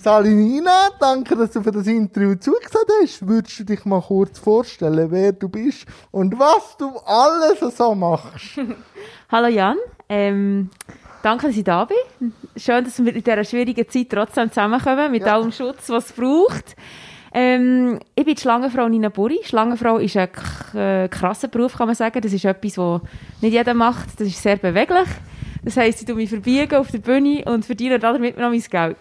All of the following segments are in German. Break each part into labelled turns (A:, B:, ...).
A: Salinina, danke, dass du für das Interview zugesagt hast. Würdest du dich mal kurz vorstellen, wer du bist und was du alles so machst?
B: Hallo Jan, danke, dass ich da bin. Schön, dass wir in dieser schwierigen Zeit trotzdem zusammenkommen, mit allem Schutz, was es braucht. Ich bin die Schlangenfrau Nina Buri. Schlangenfrau ist ein krasser Beruf, kann man sagen. Das ist etwas, was nicht jeder macht. Das ist sehr beweglich. Das heisst, ich tue mich verbiegen auf der Bühne und verdiene damit noch mein Geld.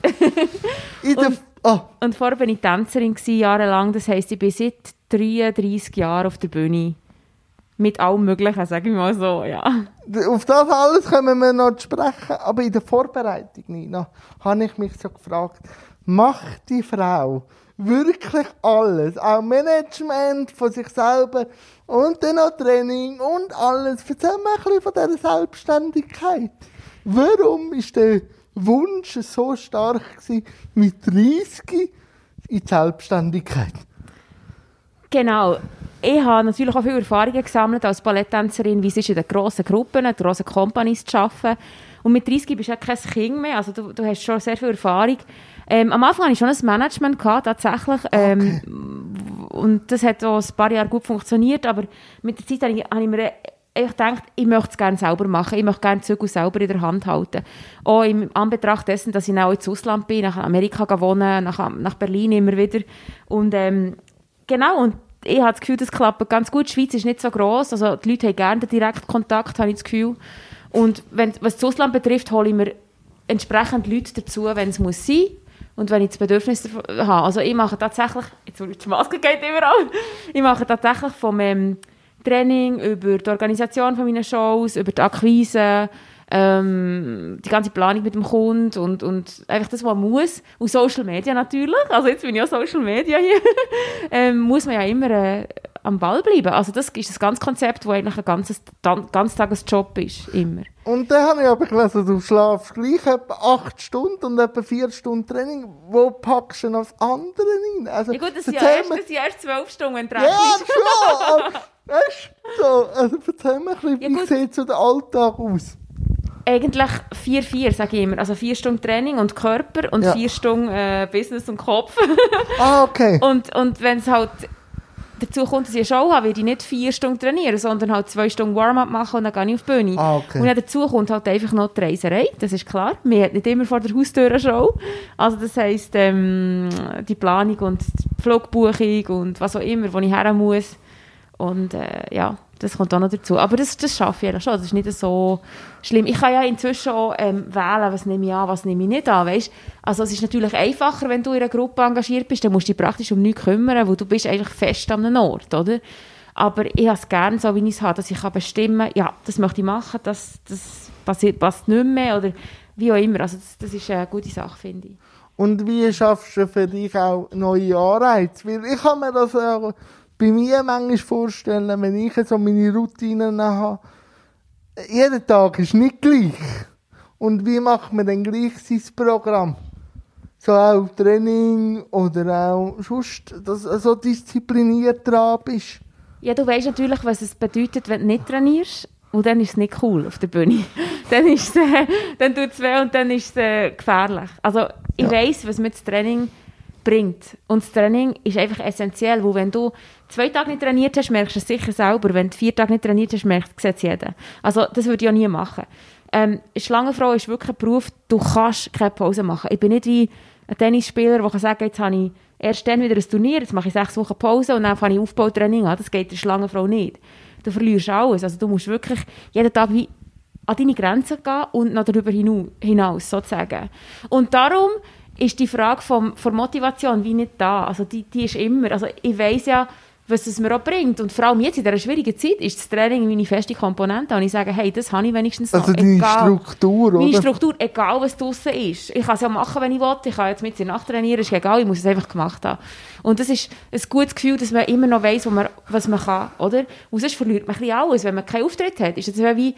B: Und vorher war ich Tänzerin, jahrelang. Das heisst, ich bin seit 33 Jahren auf der Bühne. Mit allem Möglichen, sage ich mal so, ja.
A: Auf das alles können wir noch sprechen. Aber in der Vorbereitung, Nina, habe ich mich so gefragt, macht die Frau wirklich alles? Auch Management von sich selber und dann noch Training und alles. Erzähl mir ein bisschen von dieser Selbstständigkeit. Warum war der Wunsch so stark gewesen, mit 30 in die Selbstständigkeit?
B: Genau. Ich habe natürlich auch viele Erfahrungen gesammelt als Balletttänzerin, wie es ist, in den grossen Gruppen, in grossen Companies zu arbeiten. Und mit 30 bist du ja kein Kind mehr, also du hast schon sehr viel Erfahrung. Am Anfang hatte ich schon ein Management tatsächlich.
A: Okay.
B: Und das hat auch ein paar Jahre gut funktioniert, aber mit der Zeit habe ich mir gedacht, ich möchte es gerne selber machen. Ich möchte gerne die Zügel selber in der Hand halten. Auch im Anbetracht dessen, dass ich auch ins Ausland bin, nach Amerika wohnen, nach Berlin immer wieder. Und genau, und ich habe das Gefühl, das klappt ganz gut. Die Schweiz ist nicht so gross, also die Leute haben gerne den Direktkontakt, habe ich das Gefühl. Und was das Ausland betrifft, hole ich mir entsprechend Leute dazu, wenn es muss sein. Und wenn ich das Bedürfnis habe. Also ich mache tatsächlich, jetzt die Maske geht überall, ich mache tatsächlich vom Training über die Organisation von meinen Shows, über die Akquise, die ganze Planung mit dem Kunden und einfach das, was muss. Und Social Media natürlich, also jetzt bin ich auch Social Media hier, muss man ja immer am Ball bleiben. Also das ist das ganze Konzept, das eigentlich ein Ganztagesjob ist, immer.
A: Und dann habe ich aber gelesen, du schlafst gleich etwa 8 Stunden und etwa 4 Stunden Training. Wo packst du denn das andere rein? Also,
B: ja gut, das sind erst 12 Stunden Training.
A: Ja, schon! Weißt du, so, also erzähl mir ein bisschen, ja, wie sieht so der Alltag aus?
B: Eigentlich 4-4, sage ich immer. Also 4 Stunden Training und Körper und 4 Stunden Business und Kopf.
A: Okay.
B: Und wenn es halt dazu kommt, dass ich eine Show habe, werde ich nicht 4 Stunden trainieren, sondern halt 2 Stunden Warm-up machen und dann gehe ich auf die Bühne.
A: Okay.
B: Und dazu kommt halt einfach noch die Reiserei, das ist klar. Man hat nicht immer vor der Haustür eine Show. Also das heisst, die Planung und die Flugbuchung und was auch immer, wo ich her muss. Und ja, das kommt auch noch dazu. Aber das schaffe ich ja schon, das ist nicht so schlimm. Ich kann ja inzwischen auch wählen, was nehme ich an, was nehme ich nicht an, weißt? Also es ist natürlich einfacher, wenn du in einer Gruppe engagiert bist, dann musst du dich praktisch um nichts kümmern, weil du bist eigentlich fest an einem Ort, oder? Aber ich habe es gerne so, wie ich es habe, dass ich bestimmen kann, ja, das möchte ich machen, das passt nicht mehr oder wie auch immer. Also das ist eine gute Sache, finde ich.
A: Und wie schaffst du für dich auch neue Anreize? Weil ich kann mir das bei mir manchmal vorstellen, wenn ich so meine Routinen habe, jeden Tag ist nicht gleich. Und wie macht man denn gleich sein Programm? So auch Training oder auch sonst, dass du so diszipliniert dran bist?
B: Ja, du weißt natürlich, was es bedeutet, wenn du nicht trainierst. Und dann ist es nicht cool auf der Bühne. Dann tut es weh und dann ist es gefährlich. Also ich weiss, was mir das Training bringt. Und das Training ist einfach essentiell, weil wenn du 2 Tage nicht trainiert hast, merkst du es sicher selber. Wenn du 4 Tage nicht trainiert hast, sieht es jeder. Also das würde ich auch nie machen. Schlangenfrau ist wirklich ein Beruf, du kannst keine Pause machen. Ich bin nicht wie ein Tennisspieler, der kann sagen, jetzt habe ich erst dann wieder ein Turnier, jetzt mache ich 6 Wochen Pause und dann fange ich Aufbautraining an. Das geht der Schlangenfrau nicht. Du verlierst alles. Also du musst wirklich jeden Tag wie an deine Grenzen gehen und noch darüber hinaus sozusagen. Und darum ist die Frage von Motivation wie nicht da. Also die ist immer. Also ich weiss ja, was es mir auch bringt. Und vor allem jetzt in dieser schwierigen Zeit ist das Training meine feste Komponente. Und ich sage, hey, das habe ich wenigstens noch.
A: Also deine Struktur, oder?
B: Meine Struktur, egal was draussen ist. Ich kann es ja machen, wenn ich will. Ich kann jetzt mit in der Nacht trainieren, ist egal, ich muss es einfach gemacht haben. Und das ist ein gutes Gefühl, dass man immer noch weiss, was man kann, oder? Und sonst verliert man ein bisschen alles. Wenn man keinen Auftritt hat, ist es wie,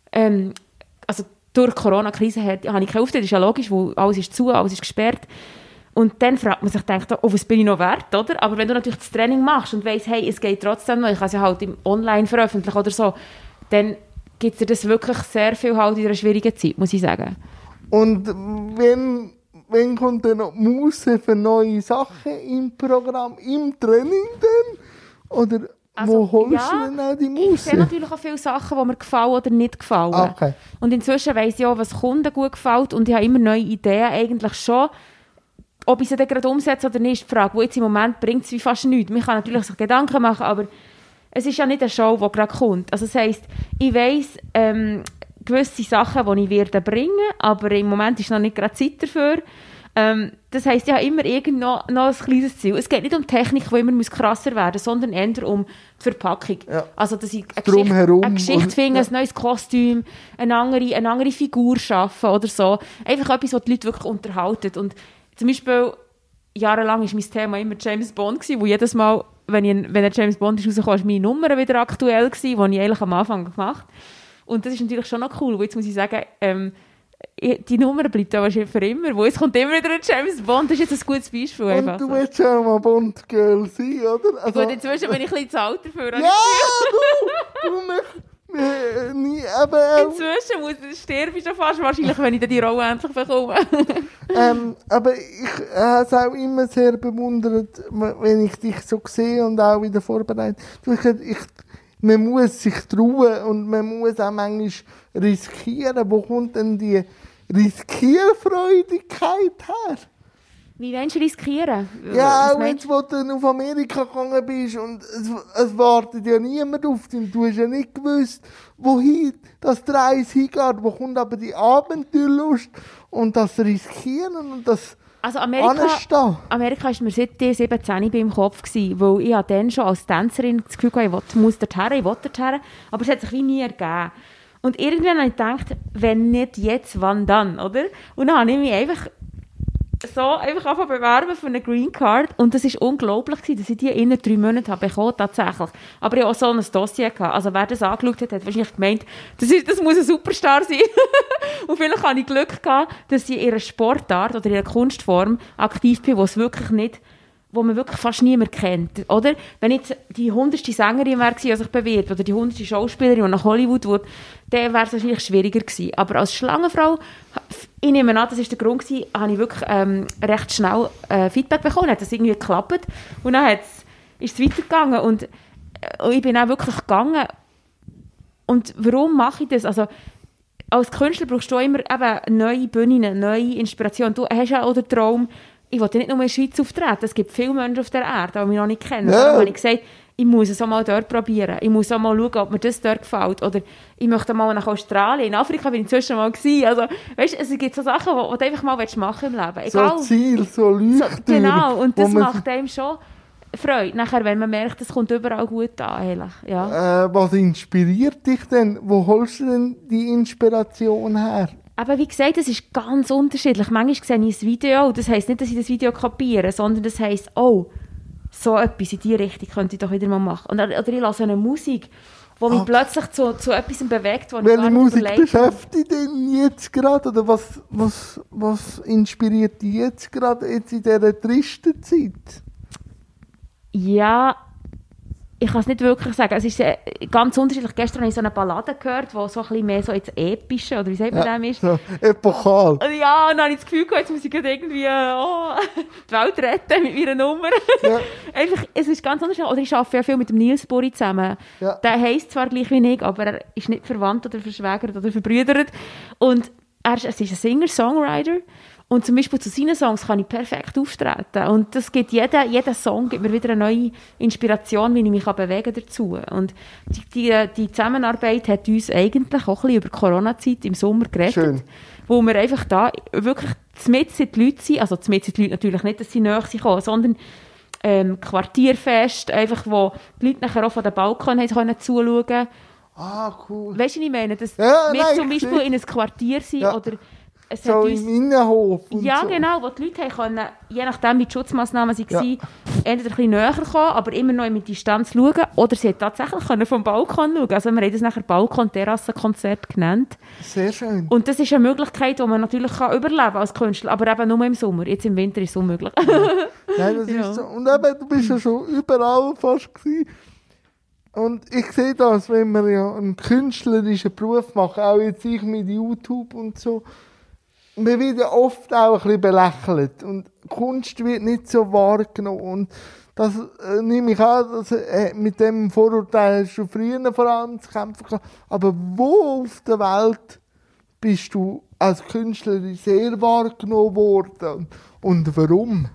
B: also durch die Corona-Krise habe ich keinen Auftritt, das ist ja logisch, weil alles ist zu, alles ist gesperrt. Und dann fragt man sich, denkt, oh, was bin ich noch wert, oder? Aber wenn du natürlich das Training machst und weißt, hey, es geht trotzdem noch, ich kann es ja halt im Online veröffentlichen oder so, dann gibt es dir das wirklich sehr viel halt in einer schwierigen Zeit, muss ich sagen.
A: Und wenn wenn kommt dann noch die Muße für neue Sachen im Programm, im Training dann? Oder wo holst du denn auch die Muße?
B: Ich sehe natürlich auch viele Sachen, die mir gefallen oder nicht gefallen.
A: Okay.
B: Und inzwischen weiss ich auch, was Kunden gut gefällt und ich habe immer neue Ideen eigentlich schon. Ob ich sie dann gerade umsetze oder nicht, ist die Frage. Wo jetzt im Moment bringt es wie fast nichts. Man kann natürlich sich Gedanken machen, aber es ist ja nicht eine Show, die gerade kommt. Also das heisst, ich weiss gewisse Sachen, die ich werde bringen, aber im Moment ist noch nicht gerade Zeit dafür. Das heisst, ich habe immer noch ein kleines Ziel. Es geht nicht um die Technik, die immer krasser werden muss, sondern eher um die Verpackung. Ja. Also, dass ich eine Geschichte finde, ein neues Kostüm, eine andere Figur schaffen oder so. Einfach etwas, was die Leute wirklich unterhalten. Und zum Beispiel, jahrelang war mein Thema immer James Bond, wo jedes Mal, wenn ein James Bond rauskam, ist meine Nummer wieder aktuell gewesen, die ich eigentlich am Anfang gemacht habe. Und das ist natürlich schon noch cool, weil jetzt muss ich sagen, die Nummer bleibt aber für immer, wo es kommt immer wieder ein James Bond, das ist jetzt ein gutes Beispiel.
A: Und du willst ja mal Bond-Girl sein, oder?
B: Also, gut, inzwischen bin ich ein bisschen zu alt dafür.
A: Ja,
B: inzwischen sterbe ich schon fast wahrscheinlich, wenn ich die Rolle endlich bekomme.
A: Aber ich habe es auch immer sehr bewundert, wenn ich dich so sehe und auch wieder vorbereitet. Man muss sich trauen und man muss auch manchmal riskieren. Wo kommt denn die Riskierfreudigkeit her?
B: Wie willst du riskieren?
A: Ja, auch jetzt, wo du auf Amerika gegangen bist und es wartet ja niemand auf dich. Du hast ja nicht gewusst, wohin das Reis hingeht. Wo kommt aber die Abenteuerlust und das Riskieren und das
B: Amerika war mir seit ich 17 bin im Kopf gewesen, weil ich dann schon als Tänzerin das Gefühl hatte, ich muss dorthin, aber es hat sich wie nie ergeben. Und irgendwann habe ich gedacht, wenn nicht jetzt, wann dann, oder? Und dann habe ich mich einfach angefangen bewerben für eine Green Card und das war unglaublich gewesen, dass ich die in 3 Monaten habe bekommen, tatsächlich. Aber ich hatte auch so ein Dossier gehabt. Also wer das angeschaut hat, hat wahrscheinlich gemeint, das muss ein Superstar sein. Und vielleicht hatte ich Glück gehabt, dass ich in einer Sportart oder in einer Kunstform aktiv bin, wo man wirklich fast niemand kennt, oder? Wenn jetzt die 100. Sängerin wäre, die sich bewirbt, oder die 100. Schauspielerin, die nach Hollywood würde, dann wäre es wahrscheinlich schwieriger gewesen. Aber als Schlangenfrau, ich nehme an, das war der Grund gewesen, habe ich wirklich recht schnell Feedback bekommen, hat das irgendwie geklappt und dann ist es weitergegangen und ich bin auch wirklich gegangen. Und warum mache ich das? Also, als Künstler brauchst du immer eben neue Bühnen, neue Inspiration. Du hast ja auch den Traum, ich will ja nicht nur in der Schweiz auftreten. Es gibt viele Menschen auf der Erde, die mich noch nicht kennen. Ja. Darum habe ich gesagt, ich muss es auch mal dort probieren. Ich muss auch mal schauen, ob mir das dort gefällt. Oder ich möchte mal nach Australien. In Afrika bin ich inzwischen mal gewesen. Also, weißt, es gibt so Sachen, die du einfach mal machen im Leben. Egal.
A: So Ziel, so Leuchttürme.
B: Genau, und das macht einem schon Freude. Nachher, wenn man merkt, es kommt überall gut an. Ja.
A: Was inspiriert dich denn? Wo holst du denn die Inspiration her?
B: Aber wie gesagt, es ist ganz unterschiedlich. Manchmal sehe ich ein Video, das heisst nicht, dass ich das Video kopiere, sondern das heisst, oh, so etwas in diese Richtung könnte ich doch wieder mal machen. Oder ich höre eine Musik, die mich plötzlich zu etwas bewegt, wo
A: welche Musik beschäftigt dich denn jetzt gerade? Oder was inspiriert dich jetzt gerade in dieser tristen Zeit?
B: Ja, ich kann es nicht wirklich sagen. Es ist ganz unterschiedlich. Gestern habe ich so eine Ballade gehört, die so ein bisschen mehr so ins Epische, oder wie sagt man das?
A: So epochal.
B: Ja, und dann habe ich das Gefühl gehabt, jetzt muss ich irgendwie die Welt retten mit meiner Nummer. Ja. Einfach, es ist ganz unterschiedlich. Oder ich arbeite ja viel mit dem Nils Burri zusammen. Ja. Der heisst zwar gleich wie ich, aber er ist nicht verwandt oder verschwägert oder verbrüdert. Und es ist ein Singer-Songwriter. Und zum Beispiel zu seinen Songs kann ich perfekt auftreten. Und das gibt jeder Song gibt mir wieder eine neue Inspiration, wie ich mich bewegen kann dazu. Und die Zusammenarbeit hat uns eigentlich auch ein bisschen über die Corona-Zeit im Sommer gerettet. Schön. Wo wir einfach da wirklich mitten die Leute sind. Also mitten die Leute natürlich nicht, dass sie näher kommen, sondern Quartierfest, einfach, wo die Leute nachher auch von den Balkon haben zuschauen können.
A: Ah, cool.
B: Weißt du, was ich meine? Dass wir zum Beispiel in einem Quartier sind oder
A: so im Innenhof.
B: Ja, so. Genau, wo die Leute können, je nachdem wie die Schutzmassnahmen waren, entweder ein bisschen näher kommen, aber immer noch mit Distanz schauen, oder sie tatsächlich können vom Balkon schauen. Also wir haben das nachher Balkon-Terrassenkonzert genannt.
A: Sehr schön.
B: Und das ist eine Möglichkeit, die man natürlich überleben kann als Künstler, aber eben nur im Sommer. Jetzt im Winter ist es unmöglich.
A: Nein, das ist so. Und eben, du bist ja schon überall fast gewesen. Und ich sehe das, wenn wir ja einen künstlerischen Beruf machen, auch jetzt ich mit YouTube und so, man wird ja oft auch ein bisschen belächelt und Kunst wird nicht so wahrgenommen und das nehme ich an, dass, mit dem Vorurteil hast du früher vor allem zu kämpfen gehabt. Aber wo auf der Welt bist du als Künstlerin sehr wahrgenommen worden und warum?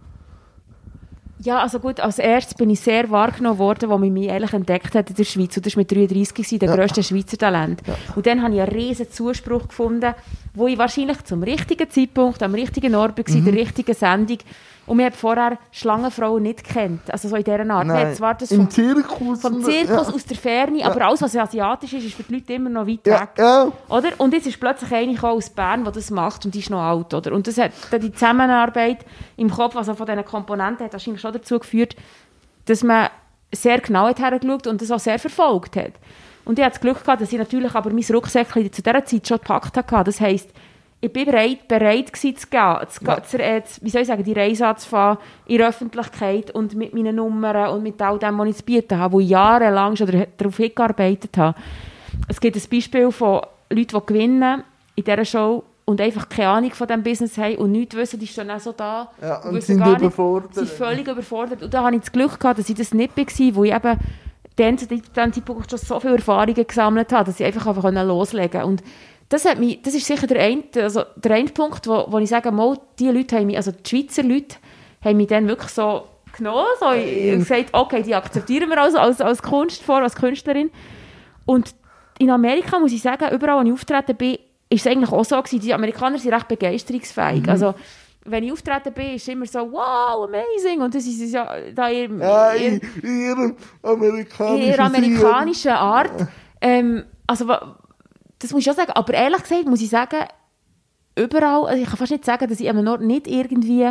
B: Ja, also gut, als erstes bin ich sehr wahrgenommen worden, als mich ehrlich entdeckt hat in der Schweiz. Und das war mit 33 der grösste Schweizer Talent. Ja. Und dann habe ich einen riesen Zuspruch gefunden, wo ich wahrscheinlich zum richtigen Zeitpunkt, am richtigen Ort war, in der richtigen Sendung. Und wir haben vorher Schlangenfrauen nicht gekannt. Also so in dieser Art.
A: Nein, zwar das vom Zirkus,
B: aus der Ferne, aber alles, was asiatisch ist, ist für die Leute immer noch weit weg. Ja. Oder? Und jetzt ist plötzlich eine aus Bern, die das macht und die ist noch alt. Oder? Und das hat die Zusammenarbeit im Kopf, also von diesen Komponenten, hat wahrscheinlich schon dazu geführt, dass man sehr genau hergeschaut und das auch sehr verfolgt hat. Und ich hatte das Glück gehabt, dass ich natürlich aber mein Rucksäckchen zu dieser Zeit schon gepackt hatte. Das heisst, ich war bereit gewesen, wie soll ich sagen, die Reise anzufahren in der Öffentlichkeit und mit meinen Nummern und mit all dem, was ich zu bieten habe, wo ich jahrelang schon darauf hingearbeitet habe. Es gibt ein Beispiel von Leuten, die gewinnen in dieser Show und einfach keine Ahnung von diesem Business haben und nichts wissen, die stehen auch so da
A: und sind überfordert.
B: Sind völlig überfordert. Und da hatte ich das Glück gehabt, dass ich das nicht war, wo ich eben dann zu diesem Zeitpunkt schon so viele Erfahrungen gesammelt habe, dass ich einfach loslegen konnte. Und das ist sicher der eine Punkt, wo ich sage, mal, die Leute haben mich, also die Schweizer Leute, haben mich dann wirklich so genommen, so gesagt, okay, die akzeptieren wir als Kunstform, als Künstlerin. Und in Amerika, muss ich sagen, überall, wo ich auftreten bin, ist es eigentlich auch so gewesen, die Amerikaner sind recht begeisterungsfähig. Also, wenn ich auftreten bin, ist es immer so, wow, amazing. Und das ist ja da in
A: ihrer
B: amerikanischen Art. Also, das muss ich auch sagen. Aber ehrlich gesagt muss ich sagen, überall, also ich kann fast nicht sagen, dass ich am Ort nicht irgendwie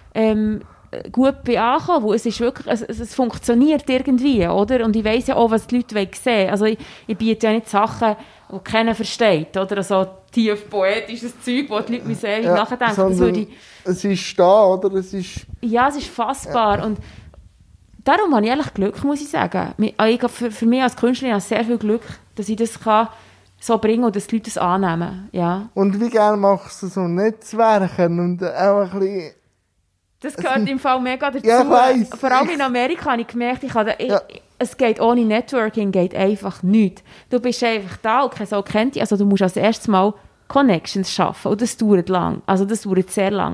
B: gut bin angekommen, weil es ist wirklich, es funktioniert irgendwie, oder? Und ich weiss ja auch, was die Leute sehen wollen. Also ich biete ja nicht Sachen, die keiner versteht, oder? So tief poetisches Zeug, wo die Leute mir sehr nachdenken.
A: Es ist da, oder? Es ist
B: fassbar. Ja. Und darum habe ich ehrlich Glück, muss ich sagen. Für mich als Künstlerin habe ich sehr viel Glück, dass ich das kann so bringen und dass die Leute das annehmen. Ja.
A: Und wie gerne machst du so Netzwerken und auch ein bisschen...
B: Das gehört im Fall mega dazu.
A: Ja, ich weiss.
B: Vor allem in Amerika habe ich gemerkt, es geht ohne Networking geht einfach nichts. Du bist einfach da und keine Sau kennt dich. Also du musst als erstes Mal Connections schaffen und das dauert lang. Also das dauert sehr lang.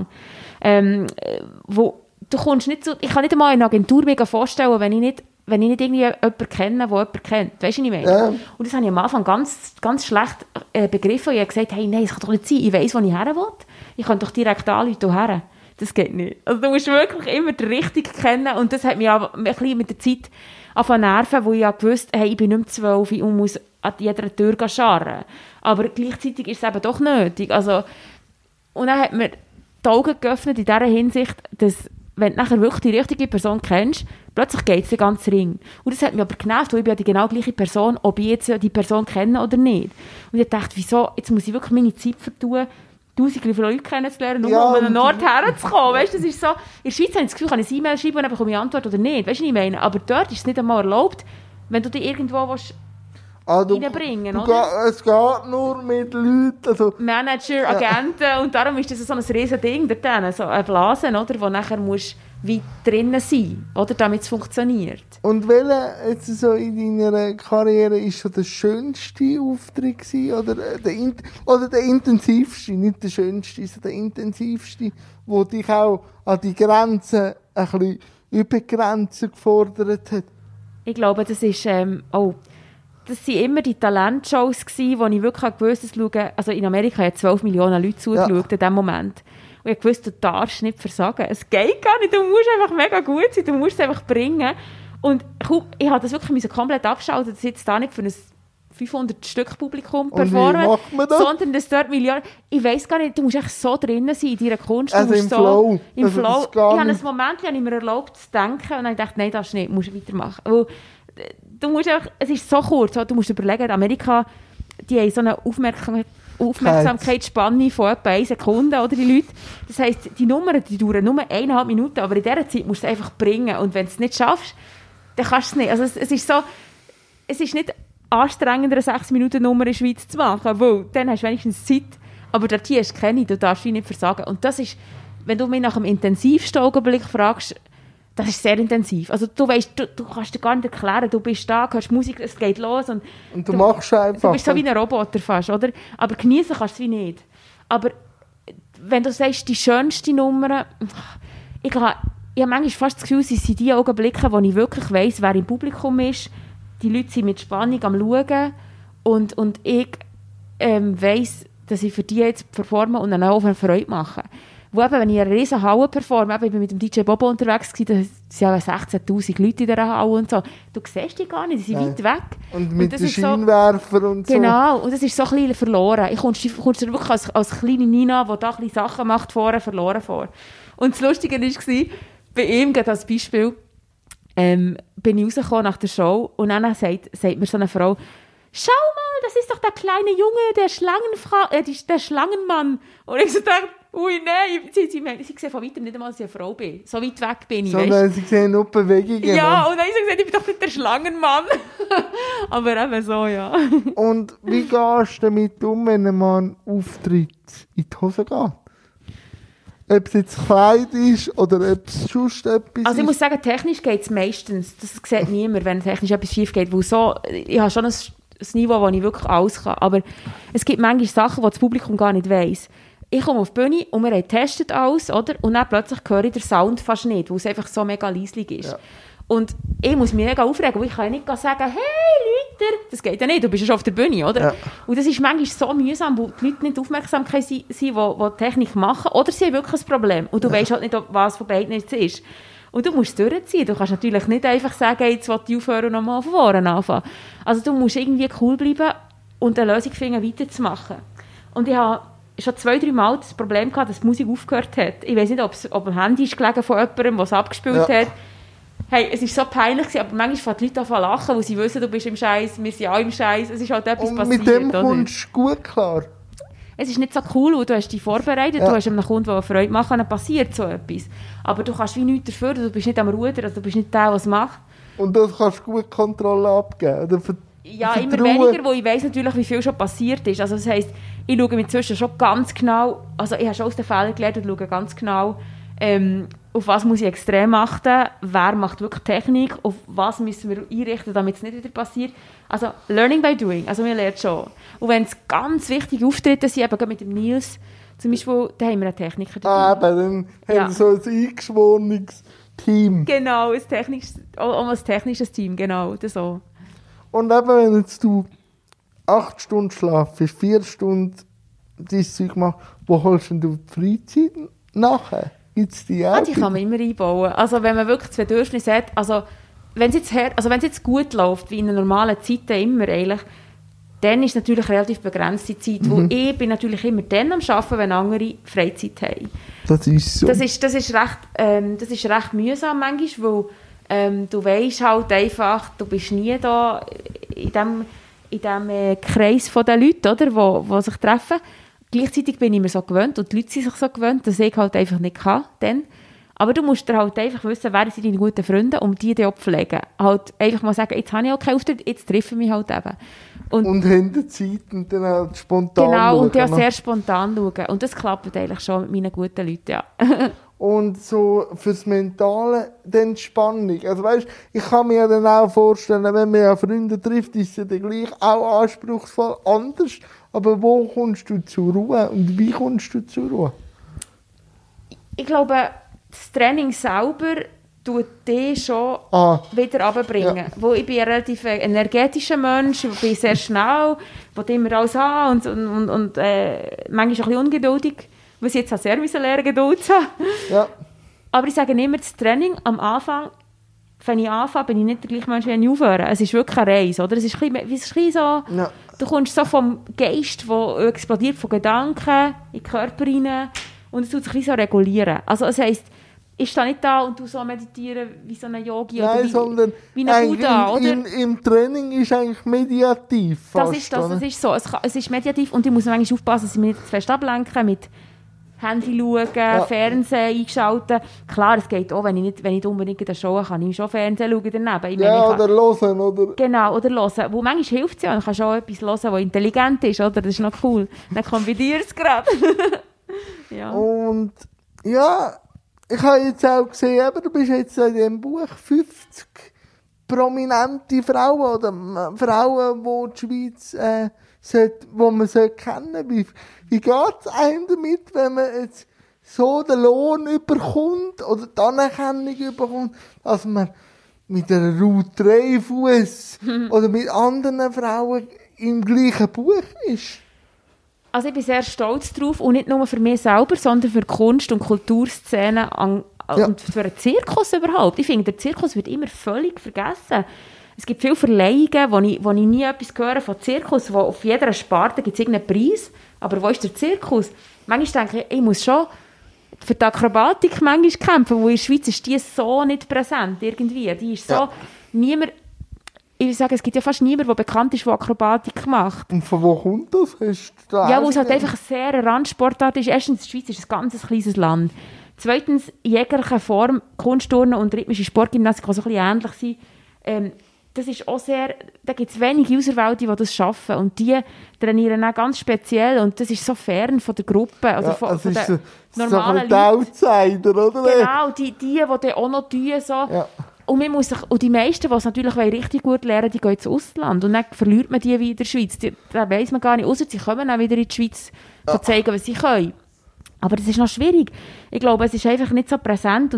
B: Du kommst nicht ich kann nicht einmal eine Agentur mega vorstellen, wenn ich nicht irgendwie jemanden kenne, der jemanden kennt. Weißt du, was ich meine? Ja. Und das habe ich am Anfang ganz, ganz schlecht begriffen. Ich habe gesagt, hey, nein, das kann doch nicht sein. Ich weiss, wo ich her will. Ich kann doch direkt anrufen her. Das geht nicht. Also du musst wirklich immer den Richtigen kennen. Und das hat mich auch ein bisschen mit der Zeit angefangen nerven, wo ich ja gewusst hey, ich bin nicht mehr 12 und muss an jeder Tür scharren. Aber gleichzeitig ist es eben doch nötig. Also, und dann hat mir die Augen geöffnet in dieser Hinsicht, dass wenn du nachher wirklich die richtige Person kennst, plötzlich geht es den ganzen Ring. Und das hat mich aber genervt, weil ich bin ja die genau gleiche Person, ob ich jetzt die Person kenne oder nicht. Und ich dachte, wieso, jetzt muss ich wirklich meine Zeit vertun, Tausende von Leuten kennenzulernen, nur um an einen Ort herzukommen. Weißt, das ist so, in der Schweiz habe ich das Gefühl, kann ich eine E-Mail schreiben und dann bekomme ich eine Antwort oder nicht. Weißt du, was ich meine? Aber dort ist es nicht einmal erlaubt, wenn du dich irgendwo reinbringen willst.
A: Es geht nur mit Leuten. Also,
B: Manager, Agenten und darum ist das so ein riesen Ding dort, so eine Blase, oder, wo nachher musst wie drinnen sein, oder, damit es funktioniert.
A: Und welcher jetzt so in deiner Karriere ist so der schönste Auftritt gewesen, oder der intensivste, nicht der schönste, sondern der intensivste, wo dich auch an die Grenzen ein bisschen über die Grenzen gefordert hat?
B: Ich glaube, das ist das waren immer die Talentshows gewesen, wo ich wirklich gewusst habe, also in Amerika haben 12 Millionen Leute zugeschaut in diesem Moment. Und ich wusste, du darfst nicht versagen. Es geht gar nicht, du musst einfach mega gut sein, du musst es einfach bringen. Und ich habe das wirklich komplett abgeschaltet, dass ich jetzt da nicht für ein 500-Stück-Publikum performen, sondern dass dort Millionen... Ich weiss gar nicht, du musst echt so drinnen sein in deiner Kunst.
A: Also im Flow.
B: Im Flow. Ich habe einen Moment, ich mir erlaubt zu denken und dann habe ich gedacht, nein, das nicht, musst du weitermachen. Weil, du musst einfach, es ist so kurz, du musst überlegen, in Amerika, die haben so eine Aufmerksamkeitsspanne von etwa 1 Sekunde, oder die Leute. Das heisst, die Nummern, die dauern nur 1,5 Minuten, aber in dieser Zeit musst du es einfach bringen. Und wenn du es nicht schaffst, dann kannst du es nicht. Also es ist so, es ist nicht anstrengender, eine 6-Minuten-Nummer in der Schweiz zu machen, weil dann hast du wenigstens Zeit. Aber dort hier ist keine, du darfst wie nicht versagen. Und das ist, wenn du mich nach dem intensivsten Augenblick fragst, das ist sehr intensiv. Also du weißt, du kannst dir gar nicht erklären, du bist da, hörst Musik, es geht los. Und
A: du machst einfach.
B: Du bist so wie ein Roboter fast, oder? Aber genießen kannst du es wie nicht. Aber wenn du sagst, die schönste Nummer, ich habe manchmal fast das Gefühl, es sind die Augenblicke, wo ich wirklich weiss, wer im Publikum ist. Die Leute sind mit Spannung am Schauen und ich weiss, dass ich für die jetzt performe und dann auch eine Freude mache. Wo eben, wenn ich in einer riesen Halle performe, ich war mit dem DJ Bobo unterwegs, da sind ja 16'000 Leute in dieser Halle und so. Du siehst die gar nicht, die sind weit weg.
A: Und mit den Scheinwerfern so, und so.
B: Genau, und das ist so ein bisschen verloren. Ich kommst dir wirklich als kleine Nina, die da ein bisschen Sachen macht, verloren vor. Und das Lustige war, bei ihm, gerade als Beispiel, bin ich rausgekommen nach der Show und dann sagt mir so eine Frau, schau mal, das ist doch der kleine Junge, der Schlangenmann. Und ich so dachte, ui, nein, sie sehen von weitem nicht einmal, dass ich eine Frau bin. So weit weg bin ich,
A: sondern sie sehen nur Bewegungen.
B: Ja, und dann habe ich gesagt, ich bin doch nicht der Schlangenmann. Aber eben so, ja.
A: Und wie gehst du damit um, wenn ein Mann auftritt, in die Hose geht? Ob es jetzt Kleid ist oder ob es sonst etwas
B: Also ich muss sagen, technisch geht es meistens. Das sieht niemand, wenn technisch etwas schief geht. Weil so, ich habe schon ein Niveau, wo ich wirklich alles kann. Aber es gibt manchmal Sachen, die das Publikum gar nicht weiss. Ich komme auf die Bühne und wir haben getestet alles, oder? Und dann plötzlich höre ich den Sound fast nicht, weil es einfach so mega leislich ist. Ja. Und ich muss mich mega aufregen, weil ich kann ja nicht sagen, hey Leute, das geht ja nicht, du bist ja schon auf der Bühne, oder? Ja. Und das ist manchmal so mühsam, weil die Leute nicht aufmerksam sind, die Technik machen, oder sie haben wirklich ein Problem. Und du weißt halt nicht, was von beiden jetzt ist. Und du musst es durchziehen. Du kannst natürlich nicht einfach sagen, jetzt will ich aufhören und nochmal von vorne anfangen. Also du musst irgendwie cool bleiben und eine Lösung finden, weiterzumachen. Und ich habe schon 2-3 Mal das Problem gehabt, dass die Musik aufgehört hat. Ich weiß nicht, ob am Handy ist gelegen von jemandem, der es abgespielt hat. Hey, es war so peinlich, aber manchmal fangen die Leute an zu lachen, weil sie wissen, du bist im Scheiß, wir sind auch im Scheiß. Es ist halt etwas passiert.
A: Und mit dem kommst du gut klar?
B: Es ist nicht so cool, weil du hast dich vorbereitet, du hast einem Kunden eine Freude machen, dann passiert so etwas. Aber du kannst wie nichts dafür, du bist nicht am Ruder, also du bist nicht der, der es macht.
A: Und das kannst du gut Kontrolle abgeben? Oder
B: ja, immer weniger, weil ich weiss natürlich, wie viel schon passiert ist. Also das heisst, ich schaue mir inzwischen schon ganz genau, also ich habe schon aus den Fehlern gelernt und schaue ganz genau, auf was muss ich extrem achten, wer macht wirklich Technik, auf was müssen wir einrichten, damit es nicht wieder passiert. Also learning by doing, also wir lernen schon. Und wenn es ganz wichtige Auftritte sind, eben mit dem Nils, zum Beispiel, da haben wir einen Techniker dabei.
A: Dann haben wir so ein eingeschworenes Team.
B: Genau, ein technisches Team, genau, das so.
A: Und eben, wenn jetzt du 8 Stunden schlafst, 4 Stunden dein Zeug machst, wo holst du die Freizeit nachher? Gibt's die auch?
B: Die kann man immer einbauen. Also wenn man wirklich das Bedürfnis hat, also wenn es jetzt gut läuft, wie in normalen Zeiten immer eigentlich, dann ist es natürlich relativ begrenzte Zeit. Weil ich bin natürlich immer dann am Arbeiten, wenn andere Freizeit haben. Das ist so. Das ist recht mühsam manchmal, weil du weisst halt einfach, du bist nie da in dem Kreis von den Leuten, oder, die sich treffen. Gleichzeitig bin ich mir so gewöhnt und die Leute sind sich so gewöhnt, dass ich halt einfach nicht kann. Dann. Aber du musst dir halt einfach wissen, wer sind deine guten Freunde, um die dann auch pflegen. Halt einfach mal sagen, jetzt habe ich auch keinen Auftritt, jetzt treffen wir mich halt eben. Und
A: haben die Zeit und dann halt spontan
B: genau,
A: schauen.
B: Und ja sehr spontan schauen. Und das klappt eigentlich schon mit meinen guten Leuten, ja.
A: Und so fürs Mentale die Entspannung. Also weißt, ich kann mir dann auch vorstellen, wenn man ja Freunde trifft, ist es ja dann gleich auch anspruchsvoll anders. Aber wo kommst du zur Ruhe und wie kommst du zur Ruhe?
B: Ich glaube, das Training selber tut dich schon wieder runterbringen. Ja. Wo ich bin ein relativ energetischer Mensch, ich bin sehr schnell, will immer alles haben und manchmal ein bisschen ungeduldig. Was ich jetzt sehr lernen Geduld zu haben. Ja. Aber ich sage immer, das Training am Anfang, wenn ich anfange, bin ich nicht der gleiche Mensch, wenn ich aufhöre. Es ist wirklich eine Reise, oder? Es ist ein bisschen so, ja. Du kommst so vom Geist, der explodiert, von Gedanken in den Körper rein und es tut sich ein bisschen so regulieren. Also das heisst, ich stehe nicht da und du so meditieren wie so ein Yogi.
A: Nein,
B: oder
A: sondern
B: wie ein Buddha, oder?
A: Im Training ist eigentlich mediativ fast,
B: das ist so. Es ist mediativ und ich muss manchmal aufpassen, dass ich mich nicht zu fest ablenke mit Handy schauen, Fernsehen einschalten. Klar, es geht auch, wenn ich nicht unbedingt eine Show kann ich schon Fernsehen schauen daneben.
A: Oder hören, oder?
B: Genau, oder hören. Wo manchmal hilft es ja, dann kannst du auch etwas hören, das intelligent ist, oder? Das ist noch cool. Dann kombiniert es gerade. Ja.
A: Und ja, ich habe jetzt auch gesehen, eben, du bist jetzt in diesem Buch 50 prominente Frauen oder Frauen, die die Schweiz wo man kennen sollte. Wie geht es einem damit, wenn man jetzt so den Lohn überkommt oder die Anerkennung überkommt, dass man mit einer Ruth Dreifuss oder mit anderen Frauen im gleichen Buch ist?
B: Also ich bin sehr stolz drauf und nicht nur für mich selber, sondern für die Kunst- und Kulturszene und für den Zirkus überhaupt. Ich finde, der Zirkus wird immer völlig vergessen. Es gibt viele Verleihungen, wo ich nie etwas höre von Zirkus, wo auf jeder Sparte gibt es irgendeinen Preis, aber wo ist der Zirkus? Manchmal denke ich muss schon für die Akrobatik manchmal kämpfen, wo in der Schweiz ist die so nicht präsent irgendwie. Die ist so, niemand, ich sage, es gibt ja fast niemanden, der bekannt ist, der Akrobatik macht.
A: Und von wo kommt das?
B: Ja, wo es halt einfach sehr eine Randsportart ist. Erstens, die Schweiz ist ein ganz kleines Land. Zweitens, in jeglicher Form, Kunstturnen und rhythmische Sportgymnastik kann so ein bisschen ähnlich sein. Das ist auch sehr, da gibt es wenige Auserwählte, die das schaffen. Und die trainieren auch ganz speziell. Und das ist so fern von der Gruppe, also von den normalen Leuten.
A: Outsider, oder?
B: Genau, die dann auch noch tun. So. Ja. Und die meisten, die es natürlich richtig gut lernen, die gehen ins Ausland. Und dann verliert man die wieder in der Schweiz. Da weiss man gar nicht, ausser sie kommen auch wieder in die Schweiz, zu zeigen, was sie können. Aber das ist noch schwierig. Ich glaube, es ist einfach nicht so präsent.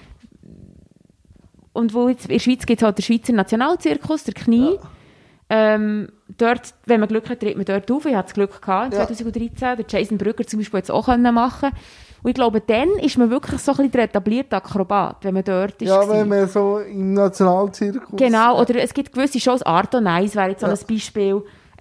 B: Und wo jetzt in der Schweiz gibt es halt den Schweizer Nationalzirkus, der Knie. Ja. Dort, wenn man Glück hat, tritt man dort auf. Ich hatte das Glück gehabt, 2013. Der Jason Brügger zum Beispiel jetzt auch machen. Und ich glaube, dann ist man wirklich so ein bisschen der etablierte Akrobat, wenn man dort ist.
A: Ja, wenn man so im Nationalzirkus...
B: Genau, oder es gibt gewisse Shows, Art und Nice wäre jetzt so ein Beispiel,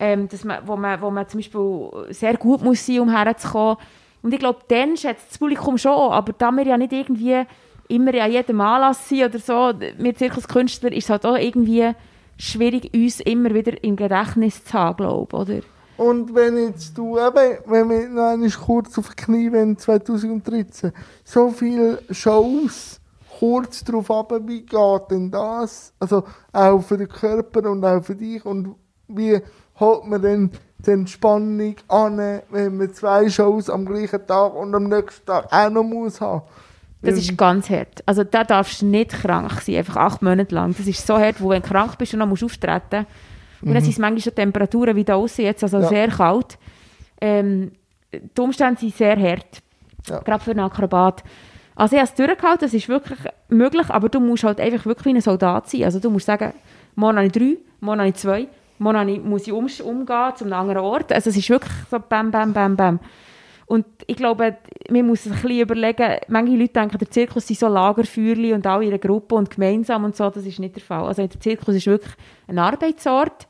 B: wo man zum Beispiel sehr gut muss sein, um herzukommen. Und ich glaube, dann schätzt das Publikum schon, aber da wir ja nicht irgendwie immer an jedem Anlass sind oder so, wir Zirkuskünstler, ist es halt auch irgendwie schwierig, uns immer wieder im Gedächtnis zu haben, glaube ich, oder?
A: Und wenn jetzt wenn wir noch einmal kurz auf die Knie wollen, 2013, so viele Shows, kurz darauf ab, wie geht denn das? Also auch für den Körper und auch für dich. Und wie holt man denn die Entspannung an, wenn man 2 Shows am gleichen Tag und am nächsten Tag auch noch muss haben?
B: Das ist ganz hart. Also da darfst du nicht krank sein, einfach 8 Monate lang. Das ist so hart, wo wenn du krank bist und dann musst du auftreten. Und dann sind es manchmal schon Temperaturen wie da aussen jetzt, also sehr kalt. Die Umstände sind sehr hart, gerade für einen Akrobat. Also ich habe es durchgehalten, das ist wirklich möglich, aber du musst halt einfach wirklich wie ein Soldat sein. Also du musst sagen, morgen habe ich 3, morgen habe ich 2, morgen muss ich umgehen zu einem anderen Ort. Also es ist wirklich so bam, bam, bam, bam. Und ich glaube, man muss sich ein bisschen überlegen, manche Leute denken, der Zirkus sind so Lagerfeuerli und alle in einer Gruppe und gemeinsam und so, das ist nicht der Fall. Also der Zirkus ist wirklich ein Arbeitsort,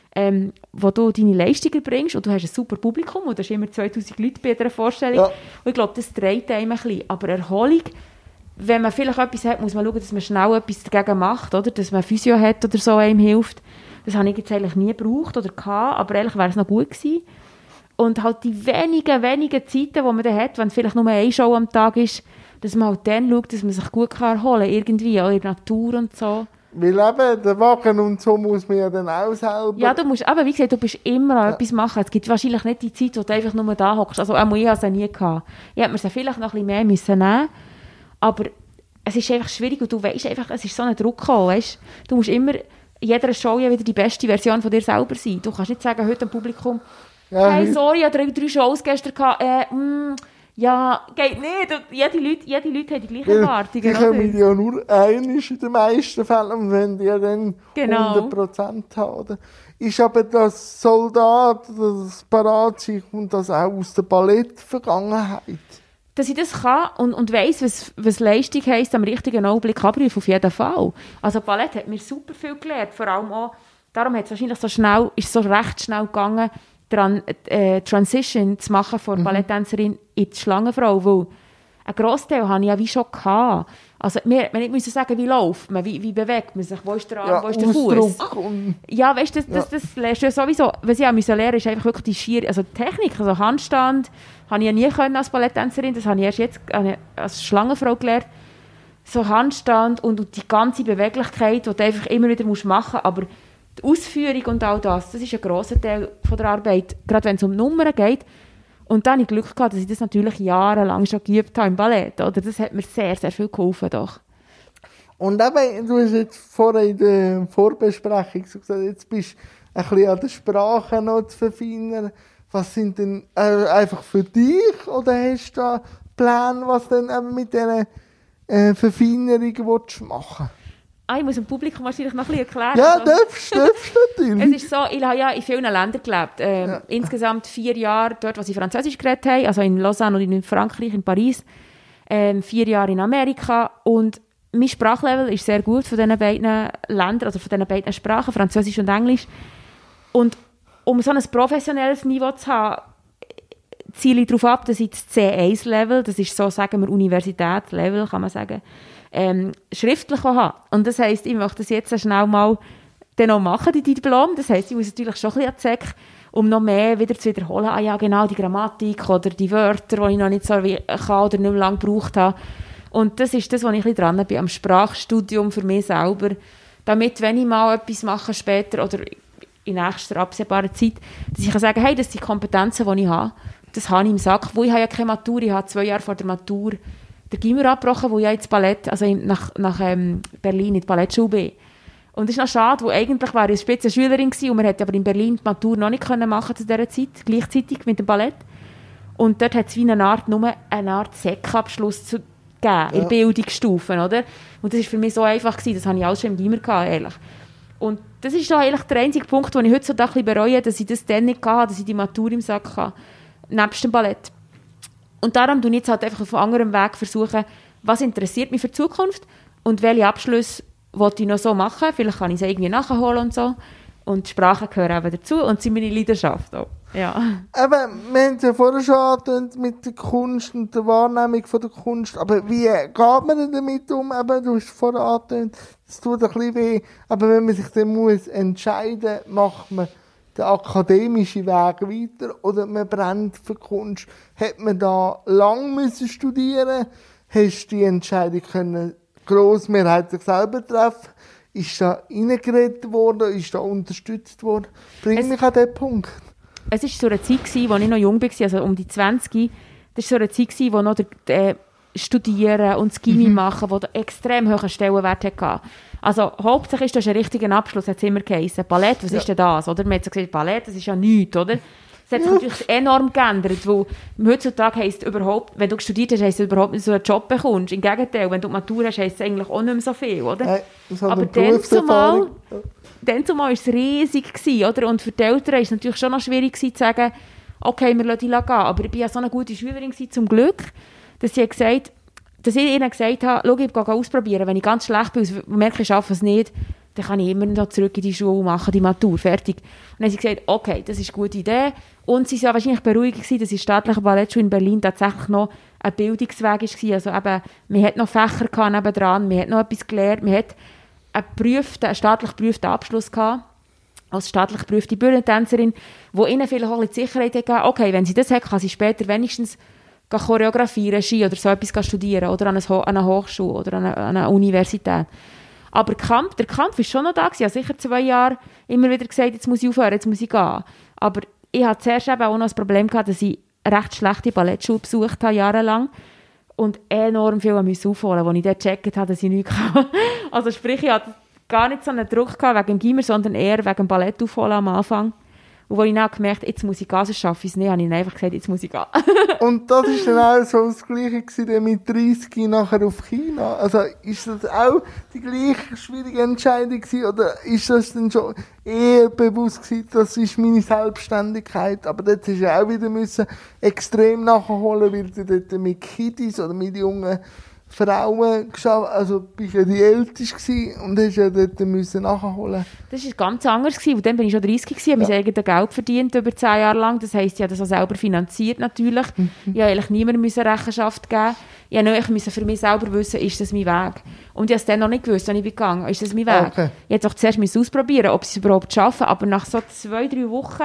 B: wo du deine Leistungen bringst und du hast ein super Publikum und du hast immer 2000 Leute bei dieser Vorstellung. Ja. Und ich glaube, das trägt einem ein bisschen. Aber Erholung, wenn man vielleicht etwas hat, muss man schauen, dass man schnell etwas dagegen macht, oder? Dass man Physio hat oder so, einem hilft. Das habe ich jetzt eigentlich nie gebraucht oder gehabt, aber eigentlich wäre es noch gut gewesen. Und halt die wenigen Zeiten, die man dann hat, wenn vielleicht nur eine Show am Tag ist, dass man halt dann schaut, dass man sich gut erholen kann, irgendwie, auch in der Natur und so.
A: Weil eben, der Wagen und so muss man ja dann auch selber...
B: Ja, du musst, aber wie gesagt, du bist immer an etwas machen. Es gibt wahrscheinlich nicht die Zeit, wo du einfach nur da hockst. Also ich habe es nie gehabt. Ich hätte mir vielleicht noch ein bisschen mehr müssen nehmen, aber es ist einfach schwierig und du weißt einfach, es ist so ein Druck gekommen, weißt? Du musst immer in jeder Show ja wieder die beste Version von dir selber sein. Du kannst nicht sagen, heute am Publikum, hey, sorry, ich hatte 3 Shows gestern gehabt, ja, geht nicht. Jede Leute haben die gleichen Erwartungen.
A: Die kommen ja nur einmal in den meisten Fällen und wenn die ja dann 100% haben. Oder? Ist aber das Soldat, das Paratsein, kommt das auch aus der Ballettvergangenheit?
B: Dass ich das kann und weiss, was Leistung heisst, am richtigen Augenblick abrufen, auf jeden Fall. Also Ballett hat mir super viel gelernt, vor allem auch, darum hat es wahrscheinlich ist so recht schnell gegangen, Transition zu machen von Balletttänzerin in die Schlangenfrau, weil einen Grossteil hatte ich ja wie schon gehabt. Also, wir müssen sagen, wie läuft man, wie bewegt man sich, wo ist der Arm, wo ist der Fuß. Ja, weißt du, das lernst du ja sowieso. Was ich auch lernen musste, ist einfach wirklich die schiere, also die Technik, also Handstand, habe ich ja nie können als Balletttänzerin, das habe ich erst jetzt als Schlangenfrau gelernt. So Handstand und die ganze Beweglichkeit, die du einfach immer wieder machen musst, aber die Ausführung und all das ist ein grosser Teil von der Arbeit, gerade wenn es um Nummern geht. Und dann habe ich Glück gehabt, dass ich das natürlich jahrelang schon geübt habe im Ballett. Oder? Das hat mir sehr, sehr viel geholfen. Doch.
A: Und eben, du hast jetzt vorhin in der Vorbesprechung so gesagt, jetzt bist du ein bisschen an der Sprache noch zu verfeinern. Was sind denn einfach für dich? Oder hast du da Pläne, was du dann eben mit diesen Verfeinerungen machen willst?
B: Ich muss dem Publikum wahrscheinlich noch ein bisschen erklären.
A: Ja, darfst natürlich.
B: Es ist so, ich habe ja in vielen Ländern gelebt. Insgesamt 4 Jahre dort, wo sie Französisch geredet haben, also in Lausanne und in Frankreich, in Paris. 4 Jahre in Amerika. Und mein Sprachlevel ist sehr gut von diesen beiden Ländern, also von diesen beiden Sprachen, Französisch und Englisch. Und um so ein professionelles Niveau zu haben, ziele ich darauf ab, dass ich das C1-Level, das ist so, sagen wir, Universitätslevel, kann man sagen, schriftlich haben. Und das heisst, ich möchte das jetzt schnell mal dann noch machen, die Diplom. Das heisst, ich muss natürlich schon ein bisschen an die Säcke, um noch mehr wieder zu wiederholen. Ah ja, genau, die Grammatik oder die Wörter, die ich noch nicht so kann oder nicht mehr lange gebraucht habe. Und das ist das, was ich ein bisschen dran bin, am Sprachstudium für mich selber. Damit, wenn ich mal etwas mache später oder in nächster absehbarer Zeit, dass ich kann sagen, hey, das sind die Kompetenzen, die ich habe. Das habe ich im Sack. Wo ich habe ja keine Matur, ich habe 2 Jahre vor der Matur der Gimmer abgebrochen, wo ich ins Ballett, also nach Berlin in die Ballettschule bin. Und das ist noch schade, weil eigentlich war ich eine Spitzenschülerin gewesen und man hätte aber in Berlin die Matur noch nicht machen zu dieser Zeit, gleichzeitig mit dem Ballett. Und dort hat es wie nur eine Art Sekabschluss gegeben, in der Bildungsstufen, oder? Und das war für mich so einfach gewesen, das hatte ich alles schon im Gimmer gehabt, ehrlich. Und das ist eigentlich der einzige Punkt, den ich heute so ein bisschen bereue, dass ich das dann nicht hatte, dass ich die Matur im Sack hatte, nebst dem Ballett. Und darum versuche ich jetzt halt einfach auf einem anderen Weg versuchen, was interessiert mich für die Zukunft und welche Abschlüsse wollte ich noch so machen. Vielleicht kann ich sie irgendwie nachholen und so. Und die Sprachen gehören eben dazu und sind meine Leidenschaft auch. Ja.
A: Eben, wir haben es ja vorher schon angetönt mit der Kunst und der Wahrnehmung von der Kunst. Aber wie geht man denn damit um? Eben, du hast vorher angetönt, es tut ein bisschen weh. Aber wenn man sich dann muss entscheiden muss, macht man den akademischen Weg weiter oder man brennt für Kunst. Hat man da lang müssen studieren? Hast du die Entscheidung können grossmehrheitlich selber treffen? Ist da reingeredet worden? Ist da unterstützt worden? Bring mich an den Punkt.
B: Es war so eine Zeit, als ich noch jung war, also um die 20. Das war so eine Zeit, wo noch der Studieren und das Gymi machen, wo der extrem hohen Stellenwert hatte. Also hauptsächlich ist das ein richtiger Abschluss, hat es immer geheißen. Ballett, was ist denn das? Oder? Man hat so gesagt, Ballett, das ist ja nichts, oder? Das hat sich natürlich enorm geändert, weil heutzutage heisst überhaupt, wenn du studiert hast, heisst es überhaupt nicht so einen Job bekommst. Im Gegenteil, wenn du die Matur hast, heisst es eigentlich auch nicht mehr so viel, oder? Aber dann zumal war es riesig gewesen, oder? Und für die Eltern war es natürlich schon noch schwierig gewesen, zu sagen, okay, wir lassen dich gehen. Aber ich war ja so eine gute Schülerin gewesen, zum Glück, dass ich ihnen gesagt habe, schau, ich gehe ausprobieren. Wenn ich ganz schlecht bin und merke, ich schaffe es nicht, dann kann ich immer noch zurück in die Schule und machen, die Matur, fertig. Und dann haben sie gesagt, okay, das ist eine gute Idee. Und sie waren wahrscheinlich beruhigt gewesen, dass die staatliche Ballettschule in Berlin tatsächlich noch ein Bildungsweg war. Also eben, man hat noch Fächer gehabt nebendran, man hat noch etwas gelernt, man hat einen staatlich geprüften Abschluss gehabt, als staatlich geprüfte Bühnentänzerin, wo ihnen vielleicht auch ein bisschen die Sicherheit gegeben hat, okay, wenn sie das hat, kann sie später wenigstens choreografieren, Ski oder so etwas studieren oder an einer Hochschule oder an einer Universität. Aber der Kampf war schon noch da. Ich habe sicher 2 Jahre immer wieder gesagt, jetzt muss ich aufhören, jetzt muss ich gehen. Aber ich hatte zuerst eben auch noch das Problem gehabt, dass ich eine recht schlechte Ballettschule besucht habe, jahrelang. Und enorm viel aufholen musste, als ich dann gecheckt habe, dass ich nichts kann. Also sprich, ich hatte gar nicht so einen Druck gehabt wegen dem Gimmer, sondern eher wegen dem Ballett aufholen am Anfang. Und als ich dann gemerkt habe, jetzt muss ich gehen, sonst schaffe ich es nicht, habe ich dann einfach gesagt, jetzt muss ich gehen.
A: Und das war dann auch so das Gleiche gewesen, mit 30 nachher auf China. Also ist das auch die gleiche schwierige Entscheidung gewesen, oder ist das dann schon eher bewusst gewesen, das ist meine Selbstständigkeit, aber dort hast du auch wieder extrem nachholen, weil du dort mit Kiddies oder mit jungen Frauen geschafft, also bist ja die Älteste gewesen und hast ja dort müssen nachholen.
B: Das war ganz anders gewesen, weil dann bin ich schon 30 gewesen, habe mein eigenes Geld verdient über 10 Jahre lang. Das heisst, ich habe das auch selber finanziert natürlich. Ich musste eigentlich niemandem Rechenschaft geben. Ich musste für mich selber wissen, ist das mein Weg. Und ich habe es dann noch nicht gewusst, als ich gegangen bin. Ist das mein Weg?
A: Okay.
B: Ich musste doch zuerst ausprobieren, ob sie es überhaupt schaffen. Aber nach so 2-3 Wochen,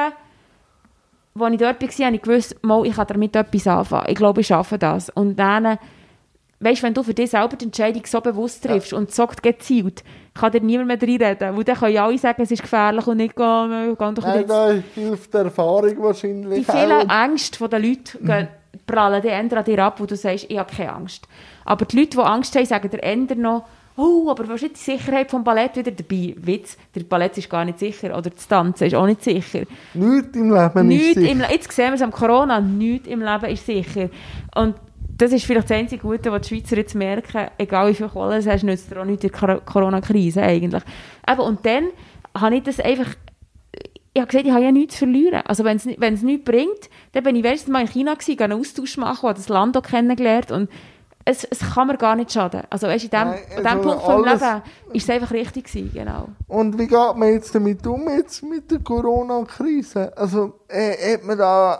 B: als ich dort war, habe ich gewusst, ich kann damit etwas anfangen. Ich glaube, ich schaffe das. Und dann, weißt, wenn du für dich selber die Entscheidung so bewusst triffst und so gezielt, kann dir niemand mehr reinreden. Weil dann können ja alle sagen, es ist gefährlich und nicht gehen.
A: Nein, da hilft die Erfahrung wahrscheinlich.
B: Die vielen Ängste der Leute prallen die Änder an dir ab, wo du sagst, ich habe keine Angst. Aber die Leute, die Angst haben, sagen der Änder noch, aber was ist die Sicherheit vom Ballett wieder dabei? Witz, der Ballett ist gar nicht sicher. Oder das Tanzen ist auch nicht sicher.
A: Nichts im Leben ist sicher.
B: Jetzt sehen wir es am Corona, nichts im Leben ist sicher. Und das ist vielleicht das einzige Gute, was die Schweizer jetzt merken, egal wie viel Kohle du hast, nützt dir auch nicht in der Corona-Krise eigentlich. Und dann habe ich das einfach, ich habe gesagt, ich habe ja nichts zu verlieren. Also wenn es nichts bringt, dann bin ich letztes Mal in China gewesen, einen Austausch machen, habe das Land auch kennengelernt und es kann mir gar nicht schaden. Also weißt, an diesem Punkt vom Leben war es einfach richtig gewesen, genau.
A: Und wie geht man jetzt damit jetzt mit der Corona-Krise? Also hat man da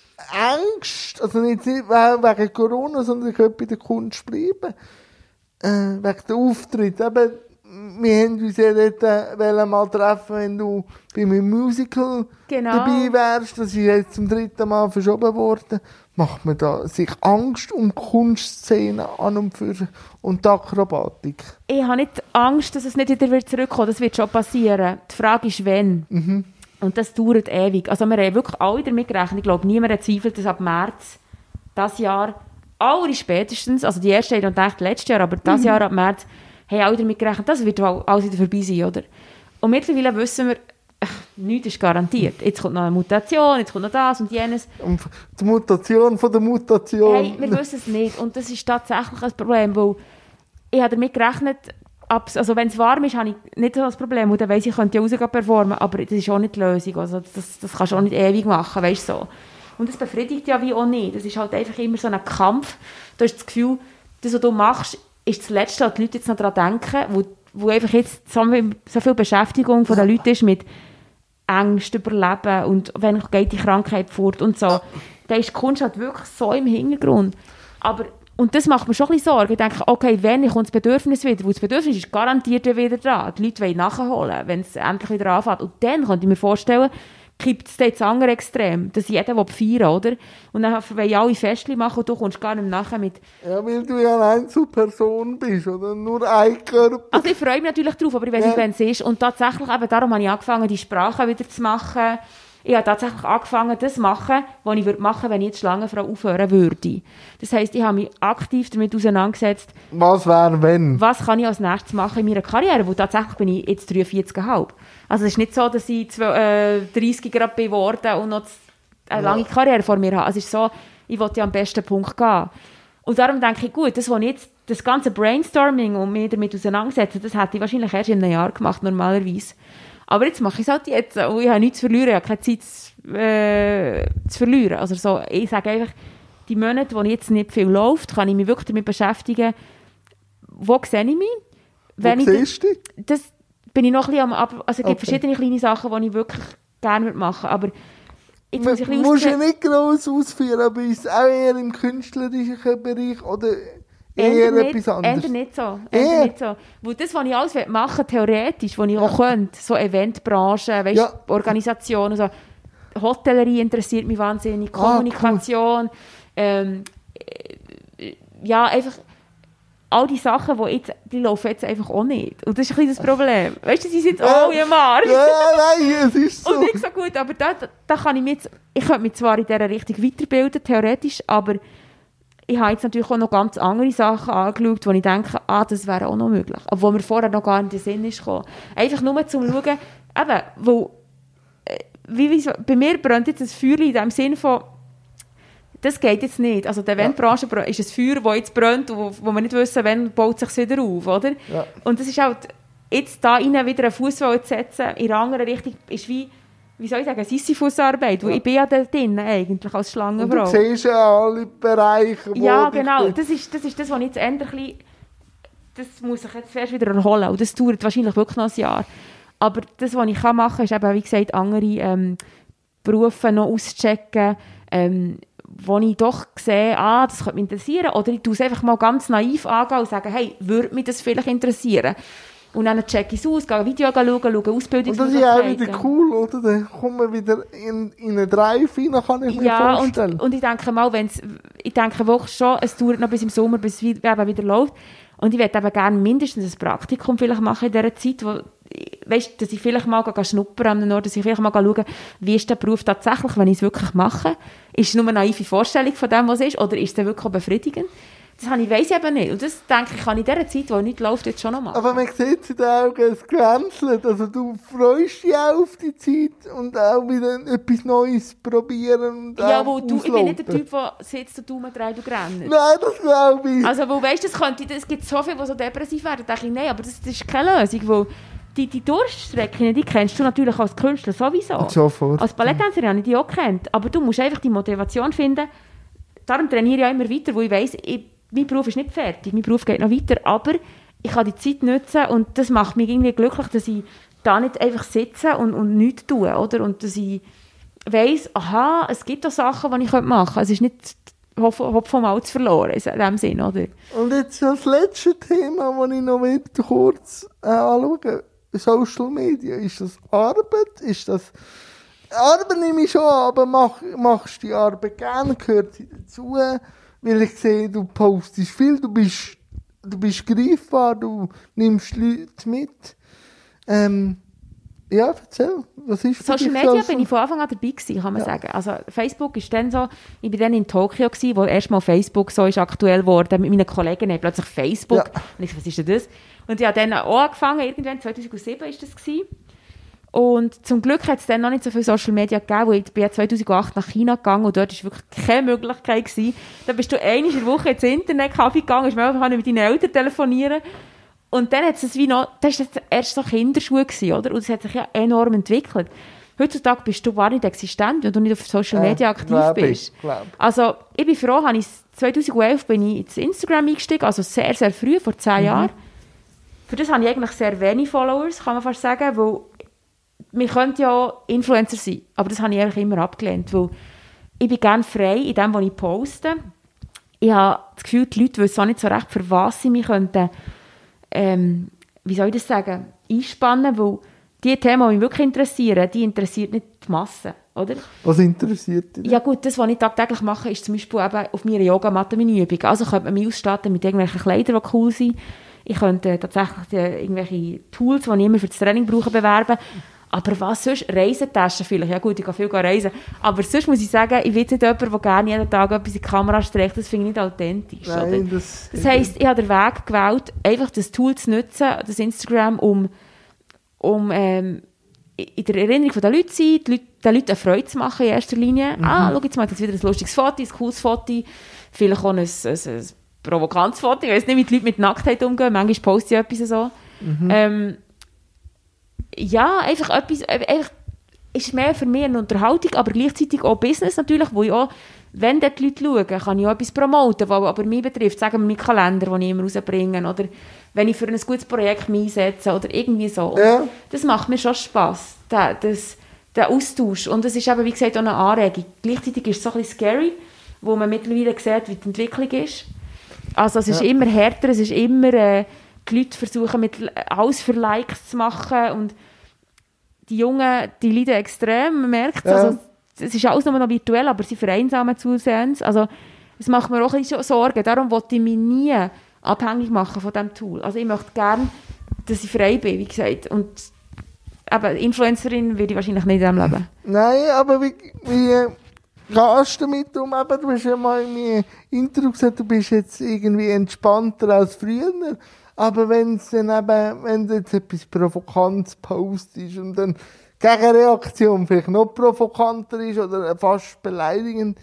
A: Angst, also nicht wegen Corona, sondern ich könnte bei der Kunst bleiben. Wegen der Auftritt. Eben, wir haben uns ja dort mal treffen, wenn du bei meinem Musical dabei wärst. Das ist jetzt zum 3. Mal verschoben worden. Macht man da sich Angst um die Kunstszene an und für und die Akrobatik?
B: Ich habe nicht Angst, dass es nicht wieder zurückkommt. Das wird schon passieren. Die Frage ist, wann. Mhm. Und das dauert ewig. Also wir haben wirklich alle damit gerechnet. Ich glaube, niemand zweifelt, dass ab März dieses Jahr, alle spätestens, also die ersten haben gedacht, letztes Jahr, aber dieses Jahr ab März, haben alle damit gerechnet, das wird alles wieder vorbei sein, oder? Und mittlerweile wissen wir, nichts ist garantiert. Jetzt kommt noch eine Mutation, jetzt kommt noch das und jenes.
A: Und die Mutation von der Mutation.
B: Hey, wir wissen es nicht. Und das ist tatsächlich ein Problem, weil ich habe damit gerechnet, also wenn es warm ist, habe ich nicht so das Problem. Und dann weiss ich, könnte ja rausgehen performen, aber das ist auch nicht die Lösung. Also das kannst du auch nicht ewig machen, weißt du so. Und das befriedigt ja wie auch nicht. Das ist halt einfach immer so ein Kampf. Du hast das Gefühl, das, was du machst, ist das Letzte, was die Leute jetzt noch daran denken, wo einfach jetzt so viel Beschäftigung von den Leuten ist mit Angst überleben und wenn geht die Krankheit fort und so. Da ist die Kunst halt wirklich so im Hintergrund. Und das macht mir schon ein bisschen Sorge. Ich denke, okay, wenn kommt das Bedürfnis wieder? Weil das Bedürfnis ist garantiert wieder da. Die Leute wollen nachholen, wenn es endlich wieder anfängt. Und dann könnte ich mir vorstellen, kippt es das andere Extrem, dass jeder feiern will, oder? Und dann wollen alle Festchen machen und du kommst gar nicht nachher mit.
A: Ja, weil du ja eine Einzelperson bist, oder? Nur ein Körper.
B: Also ich freue mich natürlich drauf, aber ich weiß nicht, wann es ist. Und tatsächlich, eben darum habe ich angefangen, die Sprache wieder zu machen. Ich habe tatsächlich angefangen, das zu machen, was ich machen würde, wenn ich jetzt Schlangenfrau aufhören würde. Das heisst, ich habe mich aktiv damit auseinandergesetzt.
A: Was wäre, wenn?
B: Was kann ich als nächstes machen in meiner Karriere? Weil tatsächlich bin ich jetzt 43,5. Also es ist nicht so, dass ich 30 gerade geworden und noch eine lange Karriere vor mir habe. Also es ist so, ich wollte ja am besten Punkt gehen. Und darum denke ich, gut, das ganze Brainstorming und mich damit auseinandersetzen, das hätte ich wahrscheinlich erst in einem Jahr gemacht, normalerweise. Aber jetzt mache ich es halt jetzt. Und ich habe nichts zu verlieren, ich habe keine Zeit zu verlieren. Also so, ich sage einfach, die Monate, wo jetzt nicht viel läuft, kann ich mich wirklich damit beschäftigen, wo sehe ich mich?
A: Wo siehst du dich?
B: Das bin ich noch ein bisschen also es gibt verschiedene kleine Sachen, die ich wirklich gerne machen würde. Aber jetzt muss ich ein
A: bisschen ja nicht gross ausführen, aber ist es auch eher im künstlerischen Bereich oder eher etwas anderes?
B: Eher nicht so. Weil das, was ich alles machen will, theoretisch, was ich auch könnte, so Eventbranche, weißt, Organisationen, so. Hotellerie interessiert mich wahnsinnig, Kommunikation, cool. Ja, einfach all die Sachen, die laufen jetzt einfach auch nicht. Und das ist ein bisschen das Problem. Weißt du, sie sind alle im Arsch.
A: Ja, nein, es ist so.
B: Und nicht so gut, aber da kann ich könnte mich zwar in dieser Richtung weiterbilden, theoretisch, aber ich habe jetzt natürlich auch noch ganz andere Sachen angeschaut, wo ich denke, das wäre auch noch möglich. Obwohl mir vorher noch gar nicht in den Sinn ist gekommen. Einfach nur zum Schauen, eben, wo, bei mir brennt jetzt ein Feuer in dem Sinn von, das geht jetzt nicht. Also die Eventbranche ist ein Feuer, das jetzt brennt und wo wir nicht wissen, wann baut es sich wieder auf, oder? Ja. Und das ist halt, jetzt da rein wieder einen Fuß zu setzen, in einer anderen Richtung, ist wie, wie soll ich sagen, Sisyphus-Arbeit, weil ich bin ja da drin eigentlich als Schlangenfrau.
A: Und du siehst ja alle Bereiche, wo
B: ja, genau, das ist das, was ich jetzt endlich, das muss ich jetzt erst wieder erholen und das dauert wahrscheinlich wirklich noch ein Jahr. Aber das, was ich machen kann, ist eben, wie gesagt, andere Berufe noch auschecken, wo ich doch sehe, das könnte mich interessieren. Oder ich tue es einfach mal ganz naiv angehen und sage, hey, würde mich das vielleicht interessieren? Und dann checke ich es aus, gehe ein Video schauen, Ausbildungsmöglichkeiten.
A: Und das ist ja auch wieder cool, oder? Dann kommen wir wieder in einen Drive rein, kann ich mir vorstellen.
B: Und ich denke mal, ich denke wirklich schon, es dauert noch bis im Sommer, bis es eben wieder läuft. Und ich würde eben gerne mindestens ein Praktikum vielleicht machen in dieser Zeit, wo, weißt, dass ich vielleicht mal schnuppern an einem Ort, dass ich vielleicht mal schaue, wie ist der Beruf tatsächlich, wenn ich es wirklich mache. Ist es nur eine naive Vorstellung von dem, was es ist, oder ist es wirklich auch befriedigend? Das weiss ich eben nicht. Und das, denke ich, kann in dieser Zeit, wo nichts läuft, jetzt schon noch machen.
A: Aber man sieht in den Augen, es glänzelt. Also du freust dich auch auf die Zeit und auch wieder etwas Neues probieren. Und
B: ja, wo du, ich bin nicht der Typ, der sitzt und Daumen dreht und rennt.
A: Nein, das glaube ich.
B: Also, wo weißt, es gibt so viele, die so depressiv werden. Da denke ich, nein, aber das ist keine Lösung. Wo die Durststrecken, die kennst du natürlich als Künstler sowieso.
A: Sofort.
B: Als Balletttänzerin habe ich die auch gekannt. Aber du musst einfach die Motivation finden. Darum trainiere ich auch immer weiter, wo ich weiss, mein Beruf ist nicht fertig, mein Beruf geht noch weiter, aber ich kann die Zeit nutzen und das macht mich irgendwie glücklich, dass ich da nicht einfach sitze und nichts tue, oder? Und dass ich weiss, aha, es gibt auch Sachen, die ich machen könnte. Es ist nicht Hopf vom Malz verloren, in dem Sinn, oder?
A: Und jetzt das letzte Thema, das ich noch kurz anschauen will. Social Media. Ist das Arbeit? Ist das... Arbeit nehme ich schon an, aber machst du die Arbeit gerne? Gehört sie dazu? Weil ich sehe, du postest viel, du bist greifbar, du nimmst Leute mit. Ja, erzähl, was ist für
B: Social Media bin ich von Anfang an dabei gewesen, kann man sagen. Also Facebook ist dann so, ich bin dann in Tokio gewesen, wo erstmal Facebook so ist aktuell geworden, mit meinen Kollegen haben plötzlich Facebook. Ja. Und ich so, was ist denn das? Und ich habe dann auch angefangen, irgendwann 2007 ist das gewesen. Und zum Glück hat es dann noch nicht so viel Social Media gegeben, weil ich bin 2008 nach China gegangen und dort war wirklich keine Möglichkeit gewesen. Da bist du einmal in der Woche ins Internetcafé gegangen, hast einfach mit deinen Eltern telefonieren. Und dann hat es wie noch, das war erst so Kinderschuhe gewesen, oder? Und es hat sich ja enorm entwickelt. Heutzutage bist du gar nicht existent, wenn du nicht auf Social Media aktiv bist. Also ich bin froh, 2011 bin ich ins Instagram eingestiegen, also sehr, sehr früh, vor 10 Jahren. Für das habe ich eigentlich sehr wenig Followers, kann man fast sagen, weil wir könnten ja Influencer sein, aber das habe ich eigentlich immer abgelehnt, weil ich bin gerne frei in dem, was ich poste. Ich habe das Gefühl, die Leute wissen auch nicht so recht, für was sie mich könnten, wie soll ich das sagen, einspannen, weil die Themen, die mich wirklich interessieren, die interessiert nicht die Masse, oder?
A: Was interessiert dich?
B: Ja gut, das, was ich tagtäglich mache, ist zum Beispiel eben auf meiner Yogamatte meine Übung. Also könnte man mich ausstatten mit irgendwelchen Kleidern, die cool sind. Ich könnte tatsächlich irgendwelche Tools, die ich immer für das Training brauche, bewerben. Aber was sonst? Reisetaschen vielleicht. Ja gut, ich gehe viel reisen. Aber sonst muss ich sagen, ich bin nicht jemand, der gerne jeden Tag etwas in die Kamera streckt. Das finde ich nicht authentisch.
A: Nein,
B: das heisst, ich habe den Weg gewählt, einfach das Tool zu nutzen, das Instagram, um in der Erinnerung der Leute zu sein, den Leuten eine Freude zu machen in erster Linie. Schau jetzt mal, das ist wieder ein lustiges Foto, ein cooles Foto, vielleicht auch ein provokantes Foto. Ich weiss nicht, wie die Leute mit Nacktheit umgehen. Manchmal poste ich etwas so. Ja, einfach etwas, ist mehr für mich eine Unterhaltung, aber gleichzeitig auch Business natürlich, wo ich auch, wenn dort die Leute schauen, kann ich auch etwas promoten, was aber mich betrifft, sagen wir meinen Kalender, den ich immer rausbringe, oder wenn ich für ein gutes Projekt mich einsetze, oder irgendwie so.
A: Ja.
B: Das macht mir schon Spass, der Austausch. Und es ist eben, wie gesagt, auch eine Anregung. Gleichzeitig ist es so ein bisschen scary, wo man mittlerweile sieht, wie die Entwicklung ist. Also es ist immer härter, es ist immer... die Leute versuchen, alles für Likes zu machen und die Jungen, die leiden extrem, man merkt es. Also, es ist alles nur noch virtuell, aber sie vereinsamen zusehends. Also, es macht mir auch ein bisschen Sorgen. Darum wollte ich mich nie abhängig machen von diesem Tool. Also ich möchte gerne, dass ich frei bin, wie gesagt. Und aber Influencerin würde ich wahrscheinlich nicht in diesem Leben.
A: Nein, aber wie gehst du damit um? Du hast ja mal in meinem Intro gesagt, du bist jetzt irgendwie entspannter als früher. Aber wenn du jetzt etwas Provokantes postest und dann Gegenreaktion vielleicht noch provokanter ist oder fast beleidigend,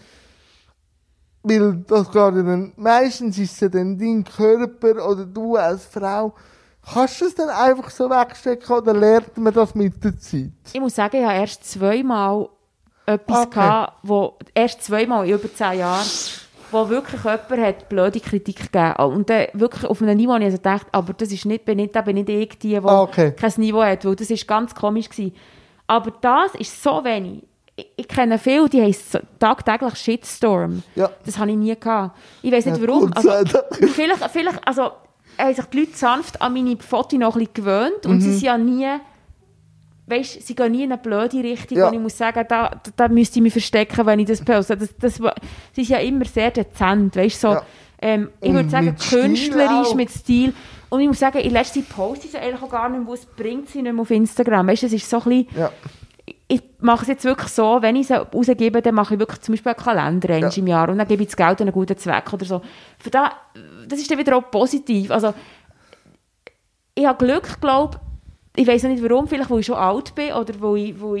A: weil das gerade dann, meistens ist es ja dann dein Körper oder du als Frau, Kannst du es dann einfach so wegstecken oder lernt man das mit der Zeit?
B: Ich muss sagen, ich habe erst zweimal etwas gehabt, erst zweimal in über 10 Jahren, wo wirklich jemand hat blöde Kritik gegeben. Und dann wirklich auf einem Niveau, wo ich also gedacht, aber das ist nicht, bin nicht ich, die kein Niveau hat, weil das war ganz komisch gewesen. Aber das ist so wenig. Ich kenne viele, die haben tagtäglich Shitstorm. Ja. Das habe ich nie gehabt. Ich weiss nicht warum. Also, vielleicht also, haben sich die Leute sanft an meine Fotos noch ein bisschen gewöhnt und sie sind ja nie, weißt, sie gehen nie in eine blöde Richtung und ich muss sagen, da müsste ich mich verstecken, wenn ich das poste. Sie sind ja immer sehr dezent, weißt, so, ich würde sagen, künstlerisch, mit Stil. Und ich muss sagen, in letzter Zeit poste ich sie eigentlich auch gar nicht mehr, wo es bringt sie nicht mehr auf Instagram. Weißt, es ist so ein bisschen, ich mache es jetzt wirklich so, wenn ich sie rausgebe, dann mache ich wirklich zum Beispiel einen Kalender im Jahr und dann gebe ich das Geld an einen guten Zweck oder so. Das ist dann wieder auch positiv. Also, ich habe Glück, glaube ich weiß nicht warum, vielleicht weil ich schon alt bin oder wo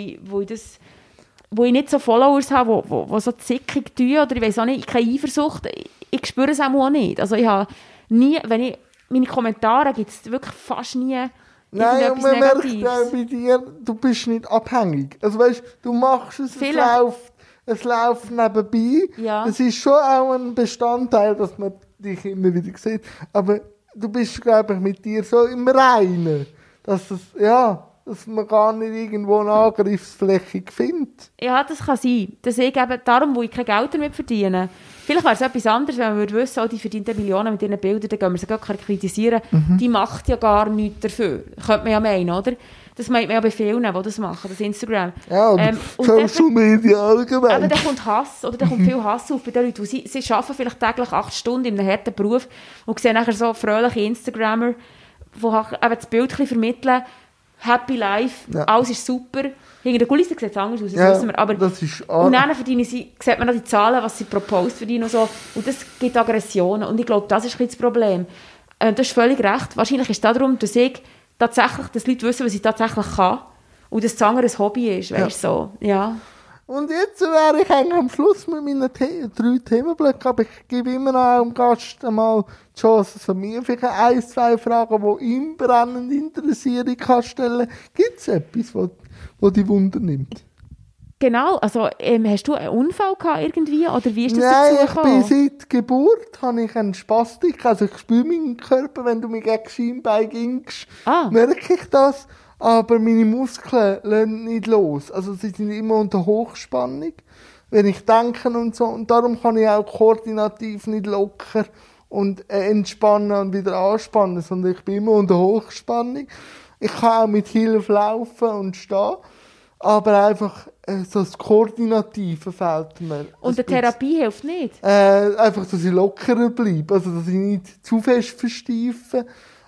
B: ich nicht so Followers habe, die so zickig tun oder ich weiß auch nicht, keine Eifersucht, ich spüre es auch nicht. Also ich habe nie, meine Kommentare gibt es wirklich fast nie.
A: Nein, und man merkt auch bei dir, du bist nicht abhängig. Also weißt, du machst es, es läuft nebenbei. Ja. Es ist schon auch ein Bestandteil, dass man dich immer wieder sieht. Aber du bist, glaube ich, mit dir so im Reinen, dass man gar nicht irgendwo eine Angriffsfläche findet.
B: Ja, das kann sein. Dass ich eben, darum, wo ich kein Geld damit verdiene. Vielleicht wäre es etwas anderes, wenn man wissen würde, die verdient Millionen mit ihren Bildern, dann gehen wir sie gar nicht kritisieren. Die macht ja gar nichts dafür. Könnte man ja meinen, oder? Das meint man ja bei vielen, die das machen, das Instagram.
A: Ja, und Social Media allgemein.
B: Aber da kommt Hass, oder da kommt viel Hass auf bei den Leuten. Sie arbeiten vielleicht täglich 8 Stunden in einem harten Beruf und sehen nachher so fröhliche Instagrammer, die eben das Bild vermitteln, Happy Life, alles ist super. Hinter der Kulisse sieht es anders aus, das wissen wir. Aber
A: das ist
B: und dann sieht man noch die Zahlen, was sie pro Post verdienen und so. Und das gibt Aggressionen. Und ich glaube, das ist ein bisschen das Problem. Du hast völlig recht. Wahrscheinlich ist es darum, dass Leute wissen, was ich tatsächlich kann. Und dass das andere ein Hobby ist, weißt du, so. Ja.
A: Und jetzt wäre ich eigentlich am Schluss mit meinen 3 Themenblöcken, aber ich gebe immer noch dem Gast einmal die Chance, so mir vielleicht 1, 2 Fragen, die ihn brennend interessieren, kann stellen. Gibt es etwas, was dich Wunder nimmt?
B: Genau, also hast du einen Unfall gehabt irgendwie, oder wie ist das
A: dazu
B: gekommen?
A: Nein, ich bin seit Geburt, habe ich einen Spastik, also ich spüre meinen Körper, wenn du mich gegen das Schienbein gingst, merke ich das. Aber meine Muskeln lassen nicht los. Also sie sind immer unter Hochspannung, wenn ich denke und so. Und darum kann ich auch koordinativ nicht locker und entspannen und wieder anspannen, sondern ich bin immer unter Hochspannung. Ich kann auch mit Hilfe laufen und stehen, aber einfach so das Koordinative fehlt mir.
B: Und die Therapie hilft nicht?
A: Einfach, dass ich lockerer bleibe, also dass ich nicht zu fest versteife,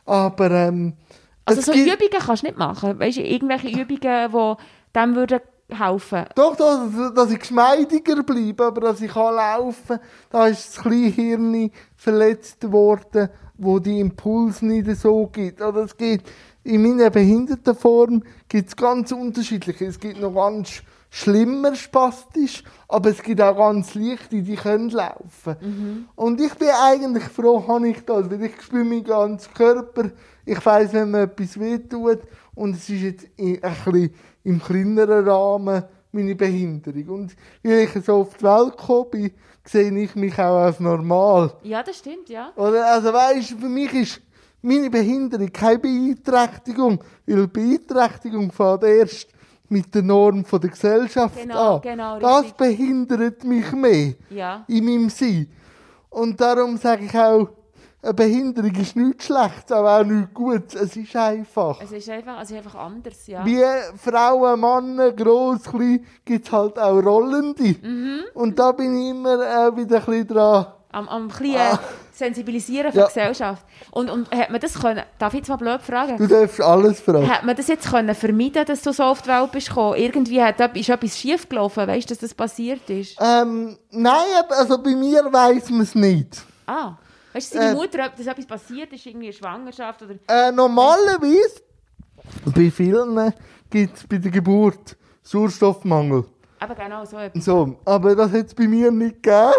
A: aber
B: also so Übungen kannst du nicht machen? Weißt du, irgendwelche Übungen, die dem würden helfen?
A: Doch, dass ich geschmeidiger bleibe, aber dass ich laufen kann. Da ist das Kleinhirn verletzt worden, wo die Impuls nicht so gibt. Oder es gibt in meiner Behindertenform gibt es ganz unterschiedliche. Es gibt noch ganz schlimmer spastisch, aber es gibt auch ganz leichte, die können laufen. Und ich bin eigentlich froh, habe ich das, weil ich spüre meinen ganzen Körper. Ich weiss, wenn mir etwas wehtut. Und es ist jetzt ein bisschen im kleineren Rahmen meine Behinderung. Und weil ich so auf die Welt gekommen bin, sehe ich mich auch als normal.
B: Ja, das stimmt, ja.
A: Oder, also weisst, für mich ist meine Behinderung keine Beeinträchtigung, weil Beeinträchtigung fängt erst mit der Norm der Gesellschaft an.
B: Genau,
A: das behindert mich mehr in meinem Sein. Und darum sage ich auch, eine Behinderung ist nichts Schlechtes, aber auch nichts Gutes. Es ist einfach.
B: Es ist einfach anders, ja.
A: Wie Frauen, Männer, gross, klein, gibt es halt auch Rollende. Und da bin ich immer wieder ein bisschen dran.
B: Am bisschen sensibilisieren von der Gesellschaft. Und hat man das können, darf ich jetzt mal blöd fragen?
A: Du darfst alles fragen.
B: Hat man das jetzt können vermeiden, dass du so auf die Welt bist gekommen? Irgendwie ist etwas schief gelaufen, weißt du, dass das passiert ist?
A: Nein, also bei mir weiss man es nicht.
B: Weißt du, deine Mutter, dass etwas passiert ist, irgendwie eine Schwangerschaft? Oder?
A: Normalerweise, bei vielen gibt es bei der Geburt Sauerstoffmangel.
B: Aber genau so etwas.
A: So, aber das hat es bei mir nicht gegeben.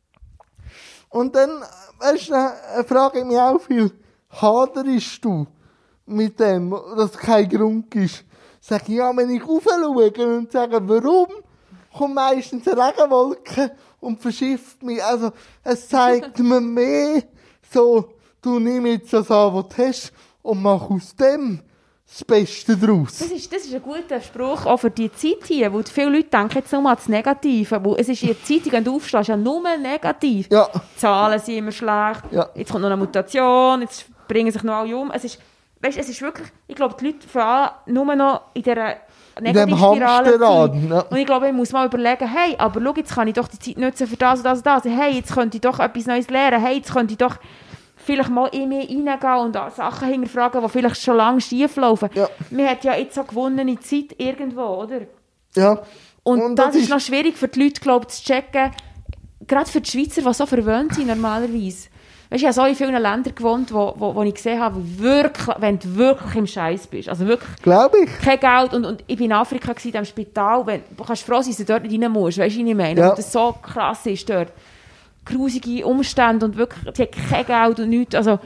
A: Und dann, weißt du, frage ich mich auch viel, haderst du mit dem, dass es kein Grund ist. Sage ich, ja, wenn ich raufschaue und sage, warum, kommt meistens eine Regenwolke und verschifft mich. Also, es zeigt mir mehr, so, du nimm jetzt das an, was du hast, und mach aus dem das Beste daraus.
B: Das ist ein guter Spruch auch für die Zeit hier, wo viele Leute denken jetzt nur an das Negative. Wo es ist in der Zeitung, wenn du aufstehst, ja nur negativ.
A: Ja.
B: Die Zahlen sind immer schlecht,
A: Ja.
B: jetzt kommt noch eine Mutation, jetzt bringen sich noch alle um. Es ist wirklich, ich glaube, die Leute fangen nur noch in dieser Negativspirale
A: Hamsterrad, ja.
B: Und ich glaube, ich muss mal überlegen, hey, aber schau, jetzt kann ich doch die Zeit nutzen für das und das und das. Hey, jetzt könnte ich doch etwas Neues lernen. Hey, jetzt könnte ich doch vielleicht mal in mich reingehen und Sachen hinterfragen, die vielleicht schon lange schief laufen.
A: Ja.
B: Man hat ja jetzt so gewonnene Zeit irgendwo, oder?
A: Ja.
B: Und das ist noch schwierig für die Leute, glaube ich, zu checken. Gerade für die Schweizer, die so verwöhnt sind normalerweise. Weißt du, ich habe so in vielen Ländern gewohnt, wo ich gesehen habe, wirklich, wenn du wirklich im Scheiß bist. Also wirklich
A: Glaube ich.
B: kein Geld. Und ich war in Afrika, in diesem Spital. Du kannst froh sein, dass du dort nicht rein musst. Weißt du, was ich meine?
A: Ja.
B: Und das so krass ist dort. Grusige Umstände und wirklich, die haben kein Geld und nichts. Also,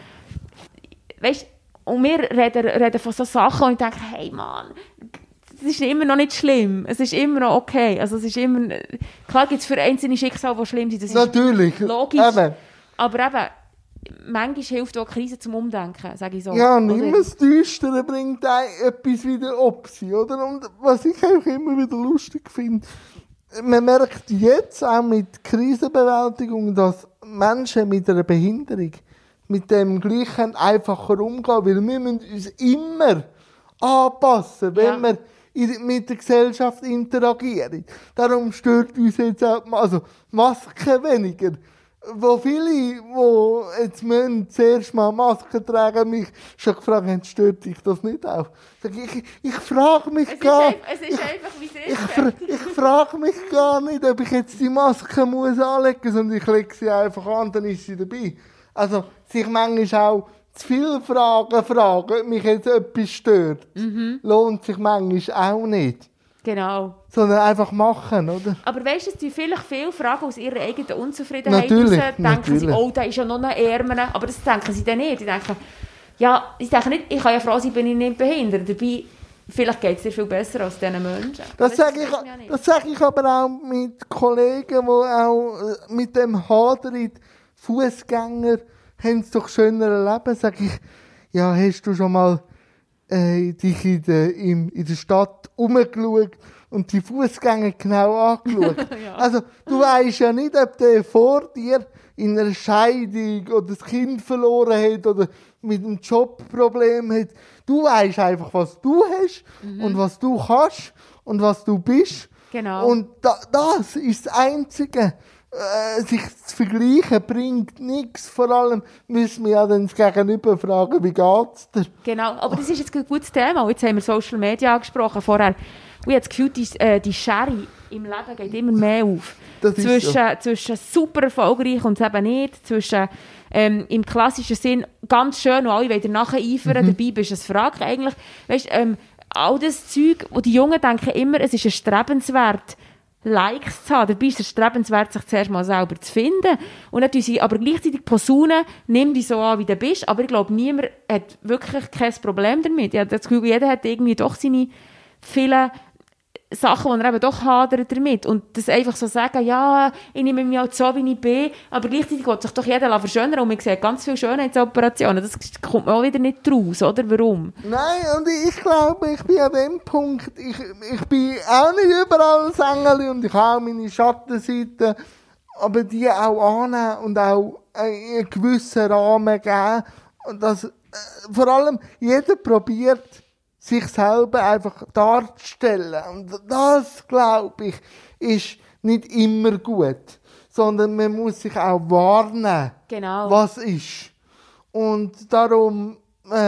B: weißt du, und wir reden von so Sachen und ich denke, hey Mann, es ist immer noch nicht schlimm. Es ist immer noch okay. Also es ist immer, klar gibt es für einzelne Schicksale, die schlimm sind. Das ist
A: Natürlich.
B: logisch.
A: Eben.
B: Aber eben, manchmal hilft auch Krise zum Umdenken, sage ich so.
A: Ja, und
B: Oder?
A: immer das Düstere bringt etwas wieder ab sich, oder? Und was ich auch immer wieder lustig finde, man merkt jetzt auch mit Krisenbewältigung, dass Menschen mit einer Behinderung mit dem Gleichen einfacher umgehen, weil wir müssen uns immer anpassen, wenn wir mit der Gesellschaft interagieren. Darum stört uns jetzt auch, also Masken weniger. Wo viele, die jetzt zuerst mal Masken tragen, mich schon gefragt haben, stört dich das nicht auf? Ich frage mich gar nicht.
B: Es ist einfach, wie es ist.
A: Ich frage mich gar nicht, ob ich jetzt die Maske muss anlegen muss, sondern ich lege sie einfach an, dann ist sie dabei. Also, sich manchmal auch zu viele Fragen, ob mich jetzt etwas stört, lohnt sich manchmal auch nicht.
B: Genau.
A: Sondern einfach machen, oder?
B: Aber weißt du, dass die vielleicht viele Fragen aus ihrer eigenen Unzufriedenheit
A: Natürlich,
B: denken
A: natürlich.
B: sie, oh, da ist ja noch ein Ärmer. Aber das denken sie dann nicht. Die denken, ja, ich denke nicht, ich kann ja froh sein, bin ich nicht behindert. Dabei, vielleicht geht es dir viel besser als diesen Menschen.
A: Das sage ich aber auch mit Kollegen, die auch mit dem hadern, Fußgänger haben es doch schöner Leben. Sage ich, ja, hast du schon mal dich in der Stadt umgeschaut und die Fußgänger genau angeschaut?
B: Ja.
A: Also, du weisst ja nicht, ob der vor dir in einer Scheidung oder das Kind verloren hat oder mit einem Jobproblem hat. Du weisst einfach, was du hast und was du kannst und was du bist.
B: Genau.
A: Und das ist das Einzige. Sich zu vergleichen bringt nichts. Vor allem müssen wir ja dann das Gegenüber fragen, wie geht's dir?
B: Genau, aber das ist jetzt ein gutes Thema. Und jetzt haben wir Social Media angesprochen vorher. Und ich habe das Gefühl, die Schere im Leben geht immer mehr auf.
A: Das ist
B: Zwischen super erfolgreich und eben nicht. Zwischen im klassischen Sinn ganz schön und alle wollen nachher eifern. Dabei bist du es fragt eigentlich. Weißt, all das Zeug, wo die Jungen denken immer, es ist ein Strebenswert, Likes zu haben. Dabei ist es strebenswert, sich zuerst mal selber zu finden. Und dann tun sie aber gleichzeitig posaunen, nimm dich so an, wie du bist. Aber ich glaube, niemand hat wirklich kein Problem damit. Ich habe das Gefühl, jeder hat irgendwie doch seine vielen Sachen, die er eben doch hadert damit. Und das einfach so sagen, ja, ich nehme mich halt so, wie ich bin, aber gleichzeitig will sich doch jeder verschönern und man sieht ganz viele Schönheitsoperationen. Das kommt man auch wieder nicht raus, oder? Warum?
A: Nein, und ich glaube, ich bin an dem Punkt, ich bin auch nicht überall ein Engel und ich habe auch meine Schattenseiten, aber die auch annehmen und auch einen gewissen Rahmen geben. Und das, vor allem, jeder probiert, sich selber einfach darzustellen. Und das, glaube ich, ist nicht immer gut. Sondern man muss sich auch warnen,
B: Genau.
A: was ist. Und darum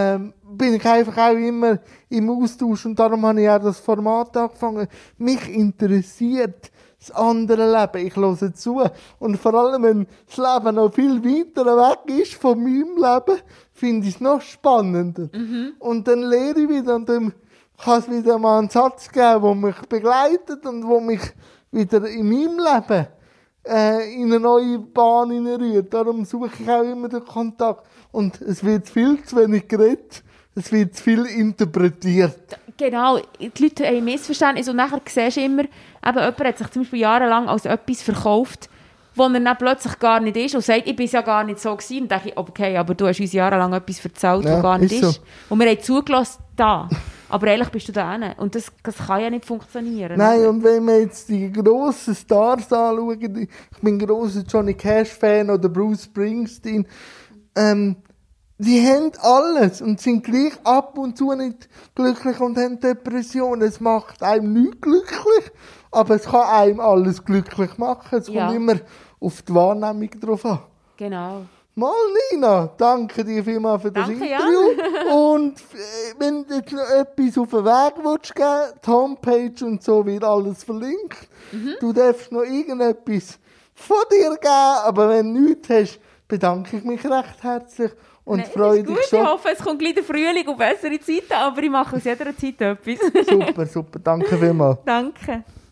A: bin ich einfach auch immer im Austausch. Und darum habe ich auch das Format angefangen. Mich interessiert das andere Leben. Ich höre zu. Und vor allem, wenn das Leben noch viel weiter weg ist von meinem Leben, finde ich es noch spannender. Und dann lehre ich wieder und dann kann es wieder mal einen Satz geben, der mich begleitet und der mich wieder in meinem Leben in eine neue Bahn hineinrührt. Darum suche ich auch immer den Kontakt. Und es wird viel zu wenig geredet es wird zu viel interpretiert.
B: Genau, die Leute haben Missverständnis und nachher siehst du immer, eben, jemand hat sich zum Beispiel jahrelang als etwas verkauft, wo er dann plötzlich gar nicht ist und sagt, ich bin ja gar nicht so gewesen. Und dann denke ich, okay, aber du hast uns jahrelang etwas erzählt,
A: Ja,
B: was gar nicht
A: ist so.
B: ist. Und wir haben zugelassen, da. Aber eigentlich bist du da hin. Und das kann ja nicht funktionieren.
A: Nein, und wenn wir jetzt die grossen Stars anschauen, ich bin ein grosser Johnny Cash-Fan oder Bruce Springsteen, die haben alles und sind gleich ab und zu nicht glücklich und haben Depressionen. Es macht einem nicht glücklich, aber es kann einem alles glücklich machen. Es
B: Ja.
A: kommt immer auf die Wahrnehmung drauf an.
B: Genau.
A: Mal, Nina, danke dir vielmals für das
B: Danke,
A: Interview. Und wenn du jetzt noch etwas auf den Weg willst geben, die Homepage und so wird alles verlinkt. Du darfst noch irgendetwas von dir geben, aber wenn du nichts hast, bedanke ich mich recht herzlich und
B: Nein,
A: freue
B: ist
A: dich
B: gut.
A: schon.
B: Ich hoffe, es kommt gleich der Frühling und bessere Zeiten, aber ich mache aus jeder Zeit etwas.
A: Super, super, danke vielmals.
B: Danke.